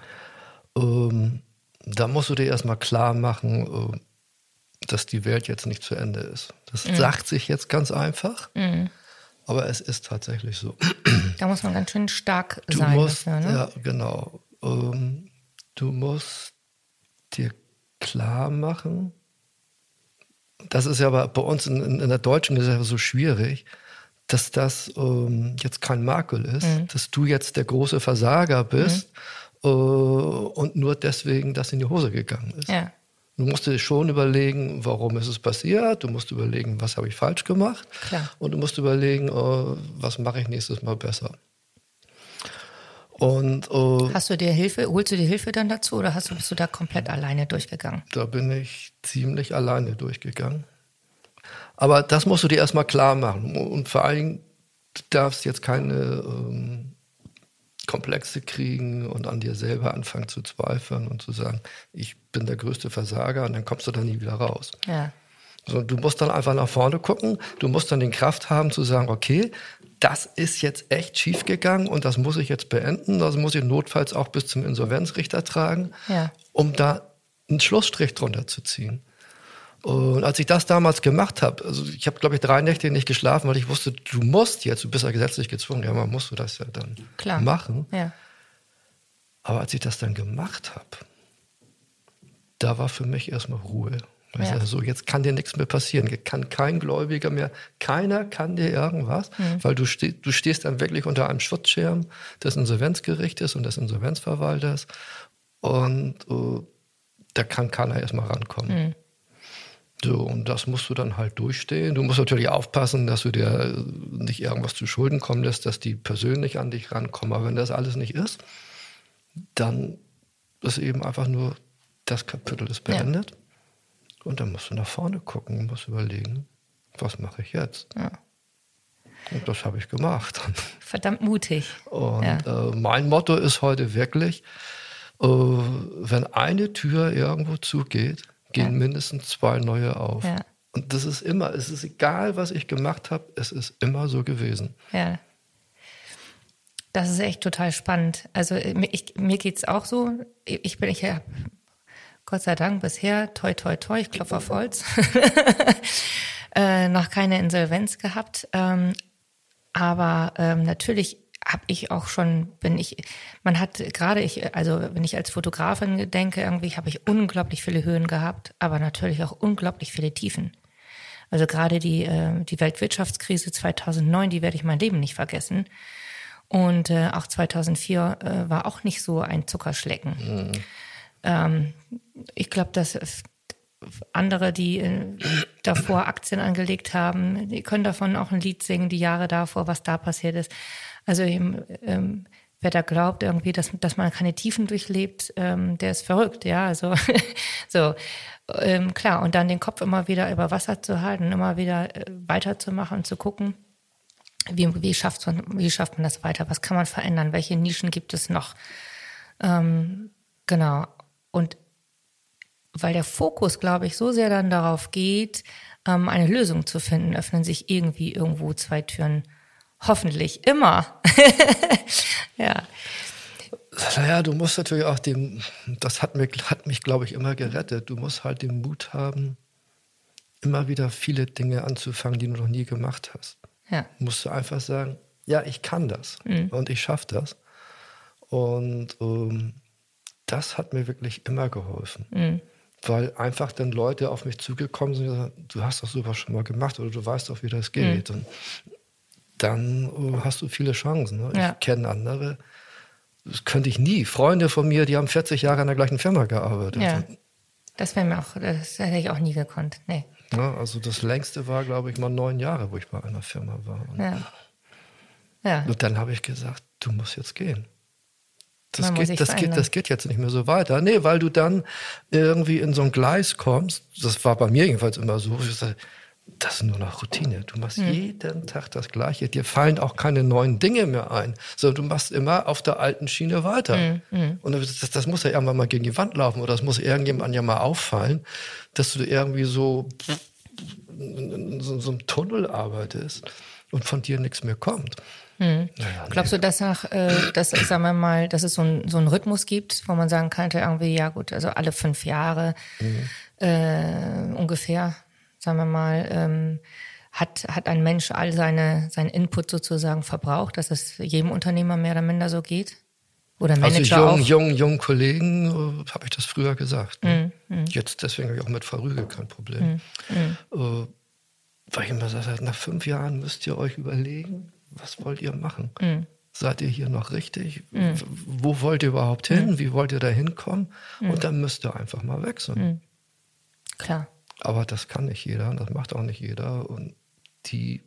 [SPEAKER 3] Da musst du dir erstmal klar machen, dass die Welt jetzt nicht zu Ende ist. Das sagt sich jetzt ganz einfach, aber es ist tatsächlich so.
[SPEAKER 2] Da muss man ganz schön stark sein. Dafür, ne?
[SPEAKER 3] Ja, genau. Du musst dir klar machen, das ist ja aber bei uns in der deutschen Gesellschaft so schwierig, dass das jetzt kein Makel ist, dass du jetzt der große Versager bist und nur deswegen das in die Hose gegangen ist.
[SPEAKER 2] Ja.
[SPEAKER 3] Du musst dir schon überlegen, warum ist es passiert. Du musst überlegen, was habe ich falsch gemacht.
[SPEAKER 2] Klar.
[SPEAKER 3] Und du musst überlegen, was mache ich nächstes Mal besser. Und
[SPEAKER 2] holst du dir Hilfe dann dazu oder bist du da komplett alleine durchgegangen?
[SPEAKER 3] Da bin ich ziemlich alleine durchgegangen. Aber das musst du dir erstmal klar machen. Und vor allen Dingen, du darfst jetzt keine Komplexe kriegen und an dir selber anfangen zu zweifeln und zu sagen, ich bin der größte Versager und dann kommst du da nie wieder raus.
[SPEAKER 2] Ja.
[SPEAKER 3] So, du musst dann einfach nach vorne gucken, du musst dann die Kraft haben zu sagen, okay, das ist jetzt echt schief gegangen und das muss ich jetzt beenden, das muss ich notfalls auch bis zum Insolvenzrichter tragen, um da einen Schlussstrich drunter zu ziehen. Und als ich das damals gemacht habe, also ich habe, glaube ich, 3 Nächte nicht geschlafen, weil ich wusste, du musst jetzt, du bist ja gesetzlich gezwungen, ja, man musst du das ja dann machen. Ja. Aber als ich das dann gemacht habe, da war für mich erstmal Ruhe. Weißt du, so, jetzt kann dir nichts mehr passieren, kann kein Gläubiger mehr, keiner kann dir irgendwas, weil du stehst dann wirklich unter einem Schutzschirm des Insolvenzgerichtes und des Insolvenzverwalters und da kann keiner erstmal rankommen. So, und das musst du dann halt durchstehen. Du musst natürlich aufpassen, dass du dir nicht irgendwas zu Schulden kommen lässt, dass die persönlich an dich rankommen. Aber wenn das alles nicht ist, dann ist eben einfach nur das Kapitel ist beendet. Ja. Und dann musst du nach vorne gucken und musst überlegen, was mache ich jetzt? Ja. Und das habe ich gemacht.
[SPEAKER 2] Verdammt mutig.
[SPEAKER 3] Und mein Motto ist heute wirklich, wenn eine Tür irgendwo zugeht, gehen mindestens 2 neue auf. Ja. Und das ist immer, es ist egal, was ich gemacht habe, es ist immer so gewesen.
[SPEAKER 2] Ja. Das ist echt total spannend. Also mir geht es auch so. Ich habe Gott sei Dank bisher, toi, toi, toi, ich klopfe auf Holz, noch keine Insolvenz gehabt. Aber natürlich habe ich auch schon, wenn ich als Fotografin denke, irgendwie habe ich unglaublich viele Höhen gehabt, aber natürlich auch unglaublich viele Tiefen. Also gerade die Weltwirtschaftskrise 2009, die werde ich mein Leben nicht vergessen. Und auch 2004 war auch nicht so ein Zuckerschlecken. Ich glaube, dass andere, die davor Aktien angelegt haben, die können davon auch ein Lied singen, die Jahre davor, was da passiert ist. Also wer da glaubt irgendwie, dass man keine Tiefen durchlebt, der ist verrückt, ja. Also so klar. Und dann den Kopf immer wieder über Wasser zu halten, immer wieder weiterzumachen und zu gucken, wie schafft man das weiter? Was kann man verändern? Welche Nischen gibt es noch? Genau. Und weil der Fokus, glaube ich, so sehr dann darauf geht, eine Lösung zu finden, öffnen sich irgendwo 2 Türen. Hoffentlich immer. Ja.
[SPEAKER 3] Naja, du musst natürlich auch das hat mich, glaube ich, immer gerettet. Du musst halt den Mut haben, immer wieder viele Dinge anzufangen, die du noch nie gemacht hast. Ja. Musst du einfach sagen, ja, ich kann das und ich schaffe das. Und das hat mir wirklich immer geholfen. Weil einfach dann Leute auf mich zugekommen sind und gesagt, du hast doch sowas schon mal gemacht oder du weißt doch, wie das geht. Und dann hast du viele Chancen. Ne? Ja. Ich kenne andere, das könnte ich nie. Freunde von mir, die haben 40 Jahre an der gleichen Firma gearbeitet.
[SPEAKER 2] Ja, das hätte ich auch nie gekonnt. Nee.
[SPEAKER 3] Ja, also das längste war, glaube ich, mal 9 Jahre, wo ich bei einer Firma war. Und dann habe ich gesagt, du musst jetzt gehen. Das geht jetzt nicht mehr so weiter. Nee, weil du dann irgendwie in so ein Gleis kommst. Das war bei mir jedenfalls immer so. Ich sage, das ist nur noch Routine. Du machst jeden Tag das Gleiche. Dir fallen auch keine neuen Dinge mehr ein. Sondern du machst immer auf der alten Schiene weiter. Und das muss ja irgendwann mal gegen die Wand laufen oder das muss irgendjemandem ja mal auffallen, dass du irgendwie so in so einem Tunnel arbeitest und von dir nichts mehr kommt.
[SPEAKER 2] Naja, glaubst du, dass sagen wir mal, dass es so einen Rhythmus gibt, wo man sagen könnte, irgendwie, ja gut, also alle 5 Jahre ungefähr, sagen wir mal, hat ein Mensch all seinen Input sozusagen verbraucht, dass es jedem Unternehmer mehr oder minder so geht? Oder Manager
[SPEAKER 3] also
[SPEAKER 2] auch?
[SPEAKER 3] Jungen Kollegen habe ich das früher gesagt. Ne? Jetzt deswegen habe ich auch mit Verrüge kein Problem. Weil ich immer sage, nach 5 Jahren müsst ihr euch überlegen, was wollt ihr machen? Seid ihr hier noch richtig? Wo wollt ihr überhaupt hin? Wie wollt ihr da hinkommen? Und dann müsst ihr einfach mal wechseln.
[SPEAKER 2] Klar.
[SPEAKER 3] Aber das kann nicht jeder, das macht auch nicht jeder. Und die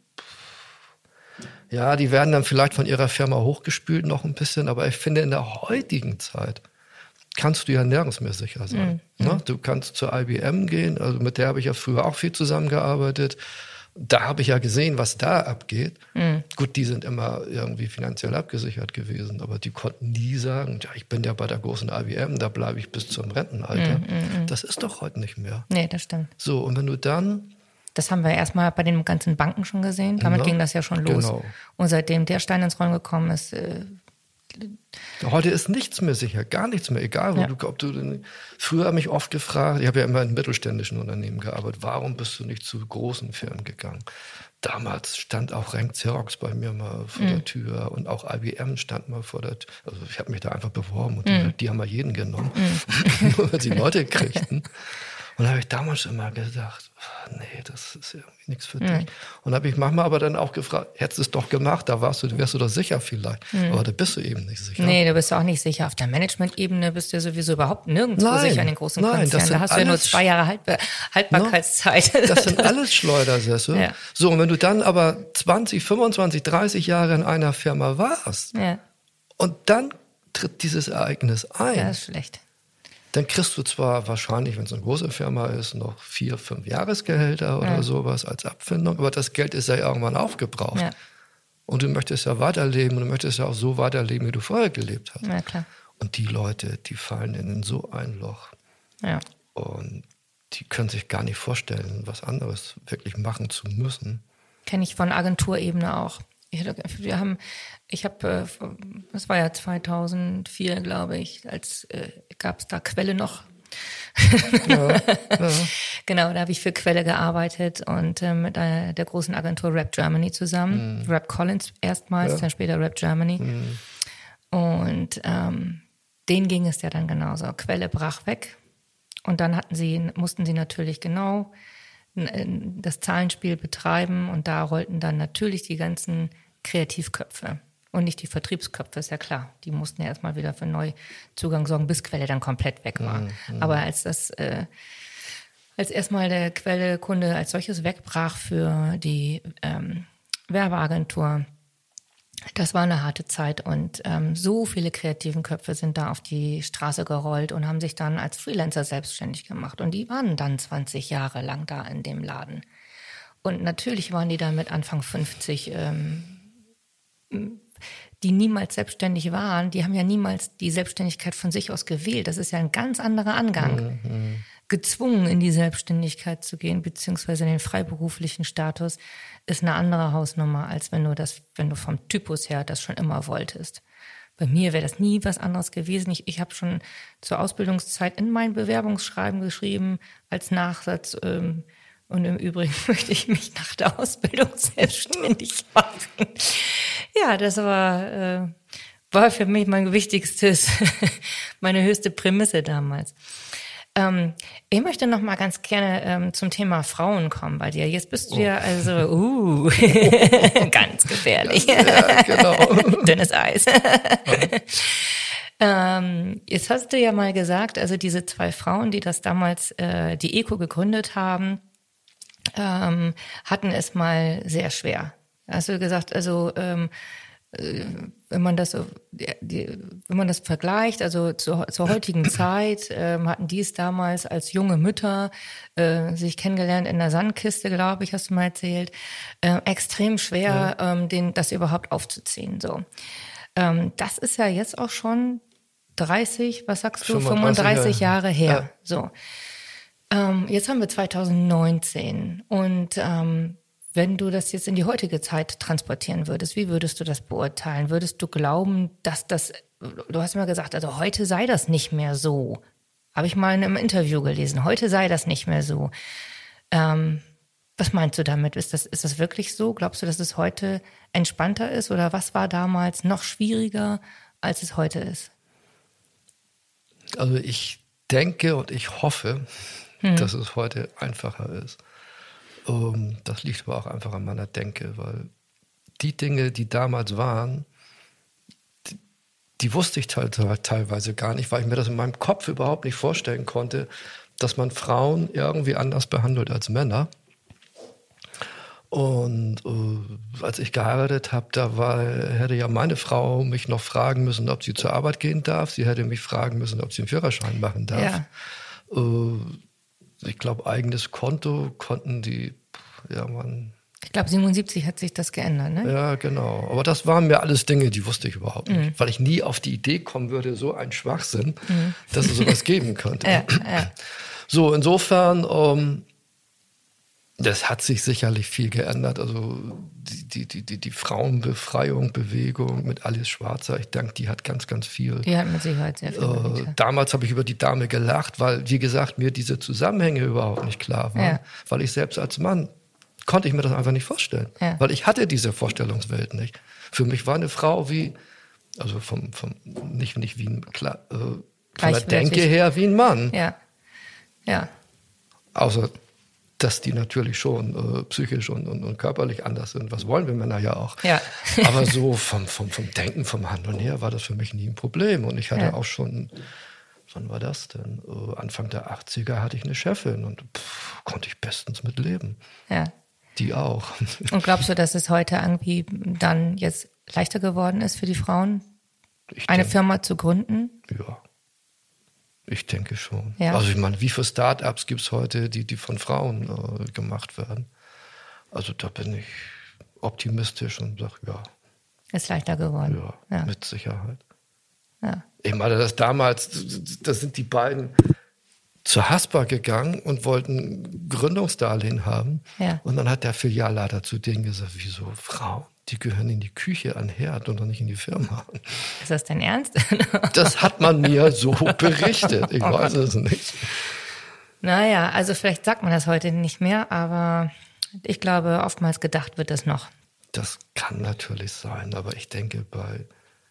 [SPEAKER 3] werden dann vielleicht von ihrer Firma hochgespült noch ein bisschen, aber ich finde, in der heutigen Zeit kannst du ja nirgends mehr sicher sein. Ne? Du kannst zur IBM gehen, also mit der habe ich ja früher auch viel zusammengearbeitet. Da habe ich ja gesehen, was da abgeht. Gut, die sind immer irgendwie finanziell abgesichert gewesen, aber die konnten nie sagen, ja, ich bin ja bei der großen IBM, da bleibe ich bis zum Rentenalter. Das ist doch heute nicht mehr.
[SPEAKER 2] Nee, das stimmt.
[SPEAKER 3] So, und wenn du dann
[SPEAKER 2] Das haben wir erstmal bei den ganzen Banken schon gesehen. Damit ging das ja schon los.
[SPEAKER 3] Genau.
[SPEAKER 2] Und seitdem der Stein ins Rollen gekommen ist,
[SPEAKER 3] Heute ist nichts mehr sicher, gar nichts mehr, egal früher habe ich oft gefragt, ich habe ja immer in mittelständischen Unternehmen gearbeitet, warum bist du nicht zu großen Firmen gegangen? Damals stand auch Renk Xerox bei mir mal vor der Tür und auch IBM stand mal vor der Tür. Also ich habe mich da einfach beworben und die haben mal jeden genommen, nur weil sie Leute kriegten. Und da habe ich damals schon mal gedacht, nee, das ist irgendwie nichts für dich. Und habe ich manchmal aber dann auch gefragt, hättest du es doch gemacht, da wärst du doch sicher vielleicht. Aber da bist du eben nicht sicher.
[SPEAKER 2] Nee, da bist du auch nicht sicher. Auf der Management-Ebene bist du ja sowieso überhaupt nirgendwo sicher in den großen Konzernen. Da hast du ja nur 2 Jahre Haltbarkeitszeit.
[SPEAKER 3] Das sind alles Schleudersessel. Ja. So, und wenn du dann aber 20, 25, 30 Jahre in einer Firma warst und dann tritt dieses Ereignis ein.
[SPEAKER 2] Ja, das ist schlecht.
[SPEAKER 3] Dann kriegst du zwar wahrscheinlich, wenn es eine große Firma ist, noch 4, 5 Jahresgehälter oder sowas als Abfindung, aber das Geld ist ja irgendwann aufgebraucht. Ja. Und du möchtest ja weiterleben und du möchtest ja auch so weiterleben, wie du vorher gelebt hast.
[SPEAKER 2] Ja, klar.
[SPEAKER 3] Und die Leute, die fallen in so ein Loch. Ja. Und die können sich gar nicht vorstellen, was anderes wirklich machen zu müssen.
[SPEAKER 2] Kenne ich von Agenturebene auch. Das war ja 2004, glaube ich, als gab es da Quelle noch. Ja. Genau, da habe ich für Quelle gearbeitet und mit der großen Agentur Rap Germany zusammen. Rap Collins erstmals, dann später Rap Germany. Und denen ging es ja dann genauso. Quelle brach weg und dann mussten sie natürlich genau das Zahlenspiel betreiben und da rollten dann natürlich die ganzen Kreativköpfe und nicht die Vertriebsköpfe, ist ja klar. Die mussten ja erstmal wieder für Neuzugang sorgen, bis Quelle dann komplett weg war. Aber als erstmal der Quelle-Kunde als solches wegbrach für die Werbeagentur, das war eine harte Zeit und so viele kreativen Köpfe sind da auf die Straße gerollt und haben sich dann als Freelancer selbstständig gemacht. Und die waren dann 20 Jahre lang da in dem Laden. Und natürlich waren die dann mit Anfang 50, die niemals selbstständig waren, die haben ja niemals die Selbstständigkeit von sich aus gewählt. Das ist ja ein ganz anderer Angang. Gezwungen in die Selbstständigkeit zu gehen, beziehungsweise in den freiberuflichen Status, ist eine andere Hausnummer, als wenn du vom Typus her das schon immer wolltest. Bei mir wäre das nie was anderes gewesen. Ich habe schon zur Ausbildungszeit in mein Bewerbungsschreiben geschrieben, als Nachsatz, und im Übrigen möchte ich mich nach der Ausbildung selbstständig machen. Ja, das war für mich meine höchste Prämisse damals. Ich möchte noch mal ganz gerne zum Thema Frauen kommen bei dir. Jetzt bist du ja also ganz gefährlich.
[SPEAKER 3] Ja, genau.
[SPEAKER 2] Dünnes Eis. Jetzt hast du ja mal gesagt, also diese 2 Frauen, die das damals die ECO gegründet haben, hatten es mal sehr schwer. Hast du gesagt, also wenn man das vergleicht, also zur heutigen Zeit, hatten die es damals als junge Mütter sich kennengelernt in der Sandkiste, glaube ich, hast du mal erzählt, extrem schwer, das überhaupt aufzuziehen. So, das ist ja jetzt auch schon 30, was sagst du, 35 Jahre her. Ja. So, jetzt haben wir 2019 und wenn du das jetzt in die heutige Zeit transportieren würdest, wie würdest du das beurteilen? Würdest du glauben, dass du hast mir gesagt, also heute sei das nicht mehr so. Habe ich mal in einem Interview gelesen, heute sei das nicht mehr so. Was meinst du damit? Ist das wirklich so? Glaubst du, dass es heute entspannter ist? Oder was war damals noch schwieriger, als es heute ist?
[SPEAKER 3] Also ich denke und ich hoffe, dass es heute einfacher ist. Das liegt aber auch einfach an meiner Denke, weil die Dinge, die damals waren, die wusste ich teilweise gar nicht, weil ich mir das in meinem Kopf überhaupt nicht vorstellen konnte, dass man Frauen irgendwie anders behandelt als Männer. Und als ich geheiratet habe, hätte ja meine Frau mich noch fragen müssen, ob sie zur Arbeit gehen darf. Sie hätte mich fragen müssen, ob sie einen Führerschein machen darf. Ja. Ich glaube, eigenes Konto konnten die,
[SPEAKER 2] Ich glaube, 77 hat sich das geändert, ne?
[SPEAKER 3] Ja, genau. Aber das waren mir alles Dinge, die wusste ich überhaupt nicht. Weil ich nie auf die Idee kommen würde, so ein Schwachsinn, dass es sowas geben könnte. Ja. So, insofern Das hat sich sicherlich viel geändert. Also die Frauenbefreiung, Bewegung mit Alice Schwarzer, ich denke, die hat ganz, ganz viel.
[SPEAKER 2] Die hat mit Sicherheit sehr viel.
[SPEAKER 3] Damals habe ich über die Dame gelacht, weil, wie gesagt, mir diese Zusammenhänge überhaupt nicht klar waren. Ja. Weil ich selbst als Mann konnte ich mir das einfach nicht vorstellen. Ja. Weil ich hatte diese Vorstellungswelt nicht. Für mich war eine Frau wie, also nicht wie ein, von der Denke her wie ein Mann.
[SPEAKER 2] Ja, ja.
[SPEAKER 3] Außer dass die natürlich schon psychisch und körperlich anders sind. Was wollen wir Männer ja auch.
[SPEAKER 2] Ja.
[SPEAKER 3] Aber so vom Denken, vom Handeln her war das für mich nie ein Problem. Und ich hatte auch schon, wann war das denn? Anfang der 80er hatte ich eine Chefin und konnte ich bestens mit leben.
[SPEAKER 2] Ja.
[SPEAKER 3] Die auch.
[SPEAKER 2] Und glaubst du, dass es heute irgendwie dann jetzt leichter geworden ist für die Frauen, eine Firma zu gründen?
[SPEAKER 3] Ja. Ich denke schon.
[SPEAKER 2] Ja.
[SPEAKER 3] Also ich meine, wie viele Start-ups gibt es heute, die von Frauen gemacht werden? Also da bin ich optimistisch und sage, ja.
[SPEAKER 2] Ist leichter geworden.
[SPEAKER 3] Ja, mit Sicherheit.
[SPEAKER 2] Ja.
[SPEAKER 3] Ich meine, das sind die beiden zur Haspa gegangen und wollten Gründungsdarlehen haben.
[SPEAKER 2] Ja.
[SPEAKER 3] Und dann hat der Filialleiter zu denen gesagt, wieso Frauen? Die gehören in die Küche an Herd und doch nicht in die Firma.
[SPEAKER 2] Ist das dein Ernst?
[SPEAKER 3] Das hat man mir so berichtet. Ich weiß es nicht.
[SPEAKER 2] Naja, also vielleicht sagt man das heute nicht mehr, aber ich glaube, oftmals gedacht wird es noch.
[SPEAKER 3] Das kann natürlich sein, aber ich denke, bei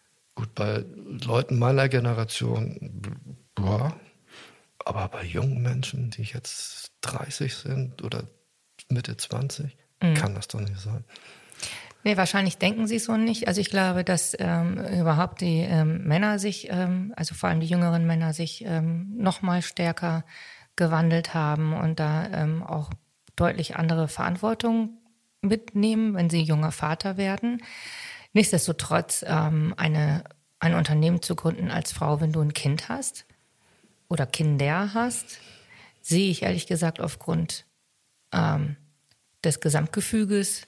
[SPEAKER 3] Leuten meiner Generation, ja, aber bei jungen Menschen, die jetzt 30 sind oder Mitte 20, kann das doch nicht sein.
[SPEAKER 2] Nee, wahrscheinlich denken sie es so nicht. Also ich glaube, dass überhaupt die Männer sich, also vor allem die jüngeren Männer sich noch mal stärker gewandelt haben und da auch deutlich andere Verantwortung mitnehmen, wenn sie junger Vater werden. Nichtsdestotrotz ein Unternehmen zu gründen als Frau, wenn du ein Kind hast oder Kinder hast, sehe ich ehrlich gesagt aufgrund des Gesamtgefüges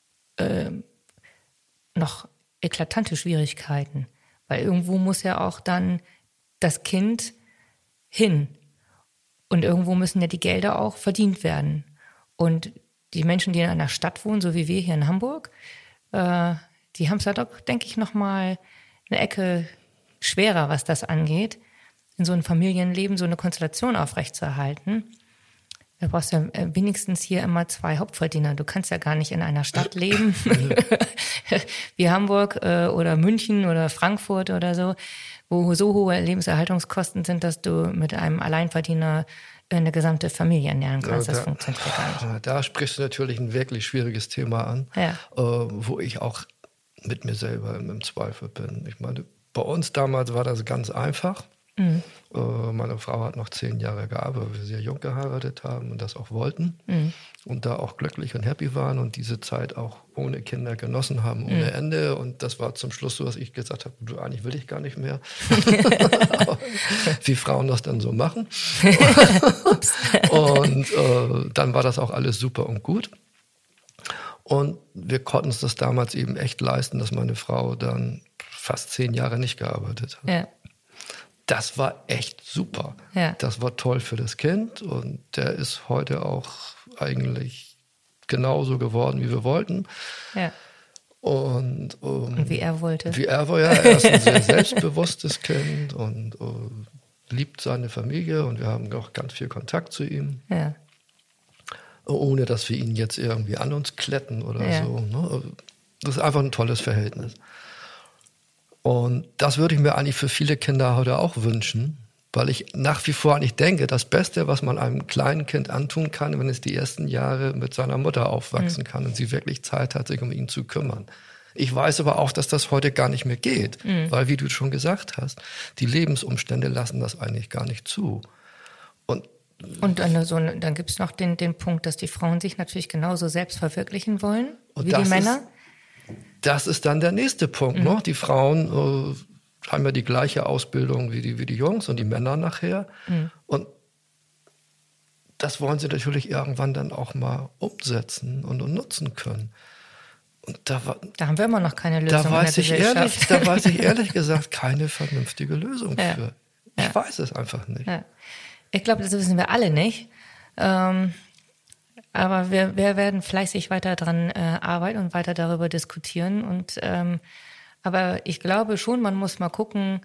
[SPEAKER 2] noch eklatante Schwierigkeiten, weil irgendwo muss ja auch dann das Kind hin und irgendwo müssen ja die Gelder auch verdient werden. Und die Menschen, die in einer Stadt wohnen, so wie wir hier in Hamburg, die haben es ja doch, denke ich, noch mal eine Ecke schwerer, was das angeht, in so einem Familienleben so eine Konstellation aufrechtzuerhalten. Da brauchst du ja wenigstens hier immer 2 Hauptverdiener. Du kannst ja gar nicht in einer Stadt leben, wie Hamburg oder München oder Frankfurt oder so, wo so hohe Lebenserhaltungskosten sind, dass du mit einem Alleinverdiener eine gesamte Familie ernähren kannst. Das funktioniert ja gar nicht.
[SPEAKER 3] Da sprichst du natürlich ein wirklich schwieriges Thema an, wo ich auch mit mir selber im Zweifel bin. Ich meine, bei uns damals war das ganz einfach. Mhm. Meine Frau hat noch 10 Jahre gearbeitet, weil wir sehr jung geheiratet haben und das auch wollten. Mhm. Und da auch glücklich und happy waren und diese Zeit auch ohne Kinder genossen haben, ohne Ende. Und das war zum Schluss so, dass ich gesagt habe, du, eigentlich will ich gar nicht mehr. Wie Frauen das dann so machen. Und dann war das auch alles super und gut. Und wir konnten uns das damals eben echt leisten, dass meine Frau dann fast 10 Jahre nicht gearbeitet hat. Ja. Das war echt super. Ja. Das war toll für das Kind und der ist heute auch eigentlich genauso geworden, wie wir wollten. Ja. Und
[SPEAKER 2] wie er wollte.
[SPEAKER 3] Wie er war, ja. Er ist ein sehr selbstbewusstes Kind und liebt seine Familie und wir haben auch ganz viel Kontakt zu ihm. Ja. Ohne, dass wir ihn jetzt irgendwie an uns kletten oder so. Ne? Das ist einfach ein tolles Verhältnis. Und das würde ich mir eigentlich für viele Kinder heute auch wünschen, weil ich nach wie vor eigentlich denke, das Beste, was man einem kleinen Kind antun kann, wenn es die ersten Jahre mit seiner Mutter aufwachsen kann und sie wirklich Zeit hat, sich um ihn zu kümmern. Ich weiß aber auch, dass das heute gar nicht mehr geht, weil, wie du schon gesagt hast, die Lebensumstände lassen das eigentlich gar nicht zu. Und
[SPEAKER 2] dann gibt es noch den Punkt, dass die Frauen sich natürlich genauso selbst verwirklichen wollen wie die Männer.
[SPEAKER 3] Das ist dann der nächste Punkt. Ne? Die Frauen haben ja die gleiche Ausbildung wie die Jungs und die Männer nachher. Und das wollen sie natürlich irgendwann dann auch mal umsetzen und nutzen können. Und da
[SPEAKER 2] haben wir immer noch keine Lösung
[SPEAKER 3] da weiß ich ehrlich gesagt keine vernünftige Lösung für. Ich weiß es einfach nicht.
[SPEAKER 2] Ja. Ich glaube, das wissen wir alle nicht. Aber wir werden fleißig weiter dran arbeiten und weiter darüber diskutieren. Und aber ich glaube schon, man muss mal gucken,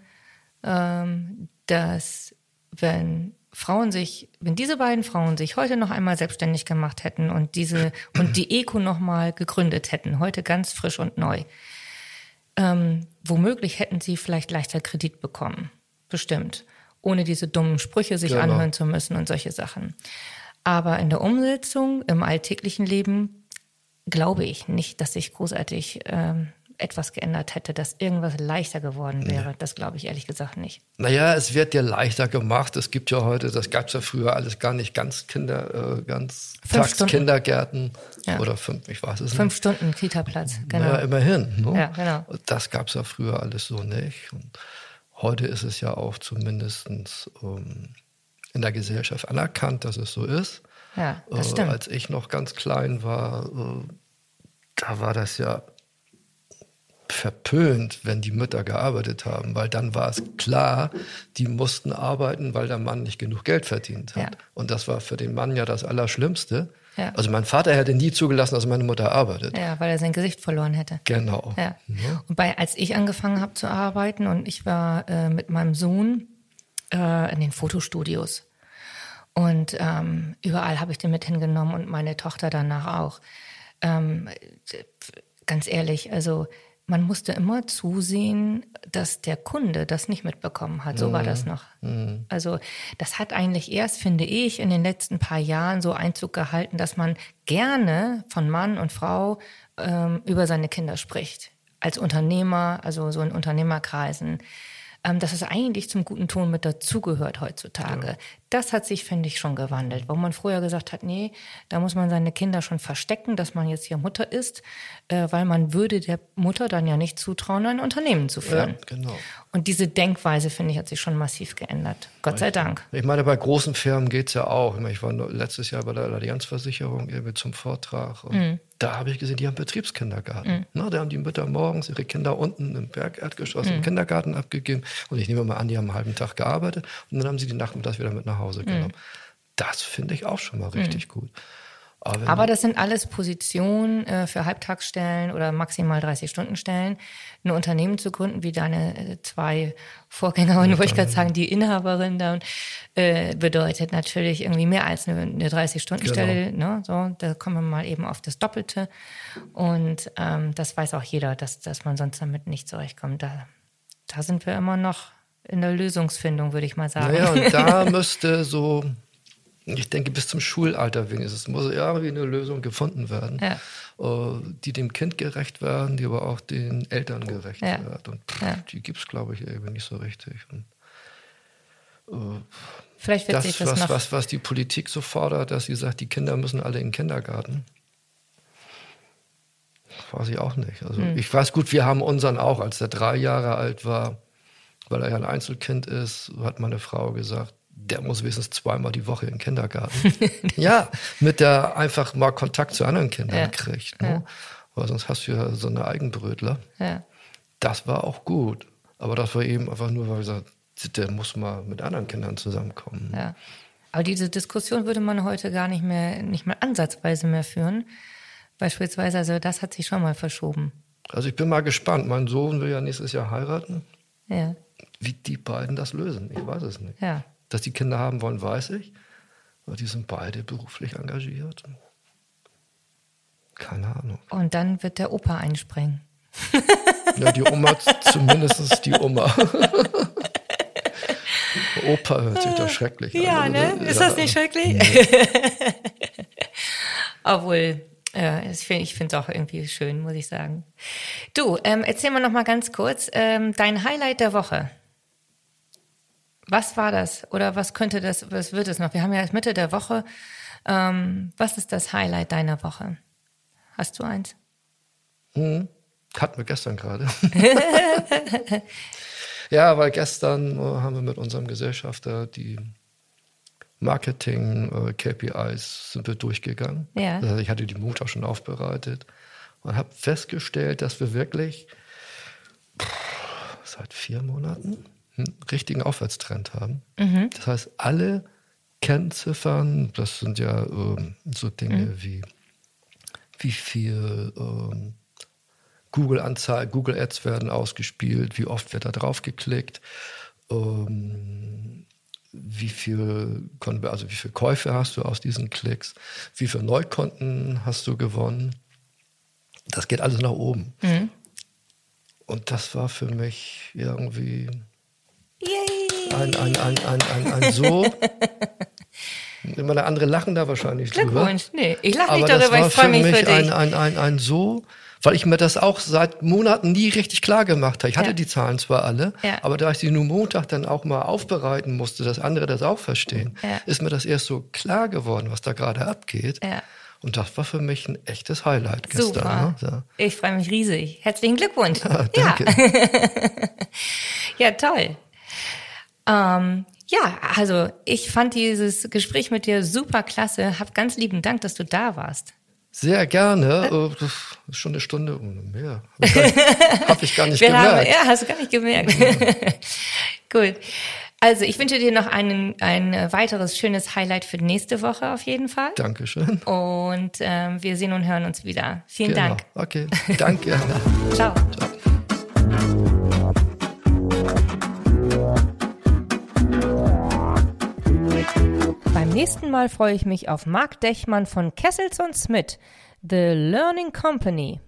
[SPEAKER 2] dass wenn diese beiden Frauen sich heute noch einmal selbstständig gemacht hätten und die ECO noch mal gegründet hätten, heute ganz frisch und neu, womöglich hätten sie vielleicht leichter Kredit bekommen, bestimmt, ohne diese dummen Sprüche sich anhören zu müssen und solche Sachen. Aber in der Umsetzung, im alltäglichen Leben, glaube ich nicht, dass sich großartig etwas geändert hätte, dass irgendwas leichter geworden wäre. Ja. Das glaube ich ehrlich gesagt nicht.
[SPEAKER 3] Naja, es wird ja leichter gemacht. Es gibt ja heute, das gab es ja früher alles gar nicht, ganz Tagskindergärten oder 5, ich weiß es nicht.
[SPEAKER 2] 5 Stunden Kita-Platz, genau.
[SPEAKER 3] Naja, immerhin. Ne?
[SPEAKER 2] Ja, genau.
[SPEAKER 3] Das gab es ja früher alles so nicht. Und heute ist es ja auch zumindest in der Gesellschaft anerkannt, dass es so ist.
[SPEAKER 2] Ja, das stimmt.
[SPEAKER 3] Als ich noch ganz klein war, da war das ja verpönt, wenn die Mütter gearbeitet haben, weil dann war es klar, die mussten arbeiten, weil der Mann nicht genug Geld verdient hat. Ja. Und das war für den Mann ja das Allerschlimmste. Ja. Also mein Vater hätte nie zugelassen, dass meine Mutter arbeitet.
[SPEAKER 2] Ja, weil er sein Gesicht verloren hätte.
[SPEAKER 3] Genau.
[SPEAKER 2] Ja. Ja. Und als ich angefangen habe zu arbeiten und ich war mit meinem Sohn in den Fotostudios und überall habe ich den mit hingenommen und meine Tochter danach auch. Ganz ehrlich, also man musste immer zusehen, dass der Kunde das nicht mitbekommen hat. So war das noch. Also das hat eigentlich erst, finde ich, in den letzten paar Jahren so Einzug gehalten, dass man gerne von Mann und Frau über seine Kinder spricht. Als Unternehmer, also so in Unternehmerkreisen. Dass es eigentlich zum guten Ton mit dazugehört heutzutage. Ja. Das hat sich, finde ich, schon gewandelt. Wo man früher gesagt hat, nee, da muss man seine Kinder schon verstecken, dass man jetzt hier Mutter ist, weil man würde der Mutter dann ja nicht zutrauen, ein Unternehmen zu führen.
[SPEAKER 3] Ja, genau.
[SPEAKER 2] Und diese Denkweise, finde ich, hat sich schon massiv geändert. Gott sei Dank.
[SPEAKER 3] Ich meine, bei großen Firmen geht's ja auch. Ich war letztes Jahr bei der Allianzversicherung irgendwie zum Vortrag. Und da habe ich gesehen, die haben Betriebskindergarten. Da haben die Mütter morgens ihre Kinder unten im Erdgeschoss im Kindergarten abgegeben. Und ich nehme mal an, die haben einen halben Tag gearbeitet. Und dann haben sie die nachmittags wieder mit nach Hause genommen. Das finde ich auch schon mal richtig gut. Aber
[SPEAKER 2] das sind alles Positionen für Halbtagsstellen oder maximal 30-Stunden-Stellen. Ein Unternehmen zu gründen, wie deine 2 Vorgängerinnen, wollte ich gerade sagen, die Inhaberin da, bedeutet natürlich irgendwie mehr als eine 30-Stunden-Stelle. Genau. Ne? So, da kommen wir mal eben auf das Doppelte. Und das weiß auch jeder, dass man sonst damit nicht zurechtkommt. Da sind wir immer noch in der Lösungsfindung, würde ich mal sagen.
[SPEAKER 3] Naja, und da müsste so... Ich denke, bis zum Schulalter wenigstens muss irgendwie eine Lösung gefunden werden, die dem Kind gerecht werden, die aber auch den Eltern gerecht wird. Und die gibt es, glaube ich, irgendwie nicht so richtig. Und,
[SPEAKER 2] vielleicht wird sich das noch...
[SPEAKER 3] Was die Politik so fordert, dass sie sagt, die Kinder müssen alle in den Kindergarten. Weiß ich auch nicht. Also ich weiß gut, wir haben unseren auch, als der 3 Jahre alt war, weil er ja ein Einzelkind ist, hat meine Frau gesagt, der muss wenigstens 2-mal die Woche in den Kindergarten. Ja, mit der einfach mal Kontakt zu anderen Kindern kriegt. Ne? Weil sonst hast du ja so eine Eigenbrötler. Ja. Das war auch gut. Aber das war eben einfach nur, weil wir gesagt haben, der muss mal mit anderen Kindern zusammenkommen.
[SPEAKER 2] Ja. Aber diese Diskussion würde man heute gar nicht mehr ansatzweise mehr führen. Beispielsweise, also das hat sich schon mal verschoben.
[SPEAKER 3] Also ich bin mal gespannt. Mein Sohn will ja nächstes Jahr heiraten.
[SPEAKER 2] Ja.
[SPEAKER 3] Wie die beiden das lösen, ich weiß es nicht.
[SPEAKER 2] Ja.
[SPEAKER 3] Dass die Kinder haben wollen, weiß ich. Aber die sind beide beruflich engagiert. Keine Ahnung.
[SPEAKER 2] Und dann wird der Opa einspringen.
[SPEAKER 3] Ja, die Oma, zumindest die Oma. Opa hört sich doch schrecklich an.
[SPEAKER 2] Ja, ne? Ist das nicht schrecklich? Nee. Obwohl, ich finde es auch irgendwie schön, muss ich sagen. Du, erzähl mal noch mal ganz kurz, dein Highlight der Woche. Was war das? Oder was wird es noch? Wir haben ja erst Mitte der Woche. Was ist das Highlight deiner Woche? Hast du eins?
[SPEAKER 3] Hatten wir gestern gerade. Ja, weil gestern haben wir mit unserem Gesellschafter die Marketing-KPIs sind wir durchgegangen. Ja. Das heißt, ich hatte die Mut auch schon aufbereitet und habe festgestellt, dass wir wirklich seit 4 Monaten einen richtigen Aufwärtstrend haben. Das heißt, alle Kennziffern. Das sind ja so Dinge wie viel Google Ads werden ausgespielt, wie oft wird da drauf geklickt, wie viel Käufe hast du aus diesen Klicks, wie viele Neukunden hast du gewonnen. Das geht alles nach oben. Und das war für mich irgendwie ein so... Immer der andere lachen da wahrscheinlich drüber.
[SPEAKER 2] Glückwunsch, nee, ich lache nicht darüber, ich freue mich für dich.
[SPEAKER 3] Ein so, weil ich mir das auch seit Monaten nie richtig klar gemacht habe. Ich hatte die Zahlen zwar alle, aber da ich sie nur Montag dann auch mal aufbereiten musste, dass andere das auch verstehen, ist mir das erst so klar geworden, was da gerade abgeht. Ja. Und das war für mich ein echtes Highlight gestern.
[SPEAKER 2] Super.
[SPEAKER 3] Ne? So.
[SPEAKER 2] Ich freue mich riesig. Herzlichen Glückwunsch.
[SPEAKER 3] Ja, danke.
[SPEAKER 2] Ja, toll. Ja, also ich fand dieses Gespräch mit dir super klasse. Hab ganz lieben Dank, dass du da warst.
[SPEAKER 3] Sehr gerne. Das ist schon eine Stunde mehr. Hab ich gar nicht gemerkt.
[SPEAKER 2] Hast du gar nicht gemerkt. Gut. Also ich wünsche dir noch ein weiteres schönes Highlight für nächste Woche auf jeden Fall.
[SPEAKER 3] Dankeschön.
[SPEAKER 2] Und wir sehen und hören uns wieder. Vielen Dank.
[SPEAKER 3] Okay, danke.
[SPEAKER 2] Ciao.
[SPEAKER 3] Ciao.
[SPEAKER 2] Beim nächsten Mal freue ich mich auf Marc Dechmann von Kessels & Smith, The Learning Company.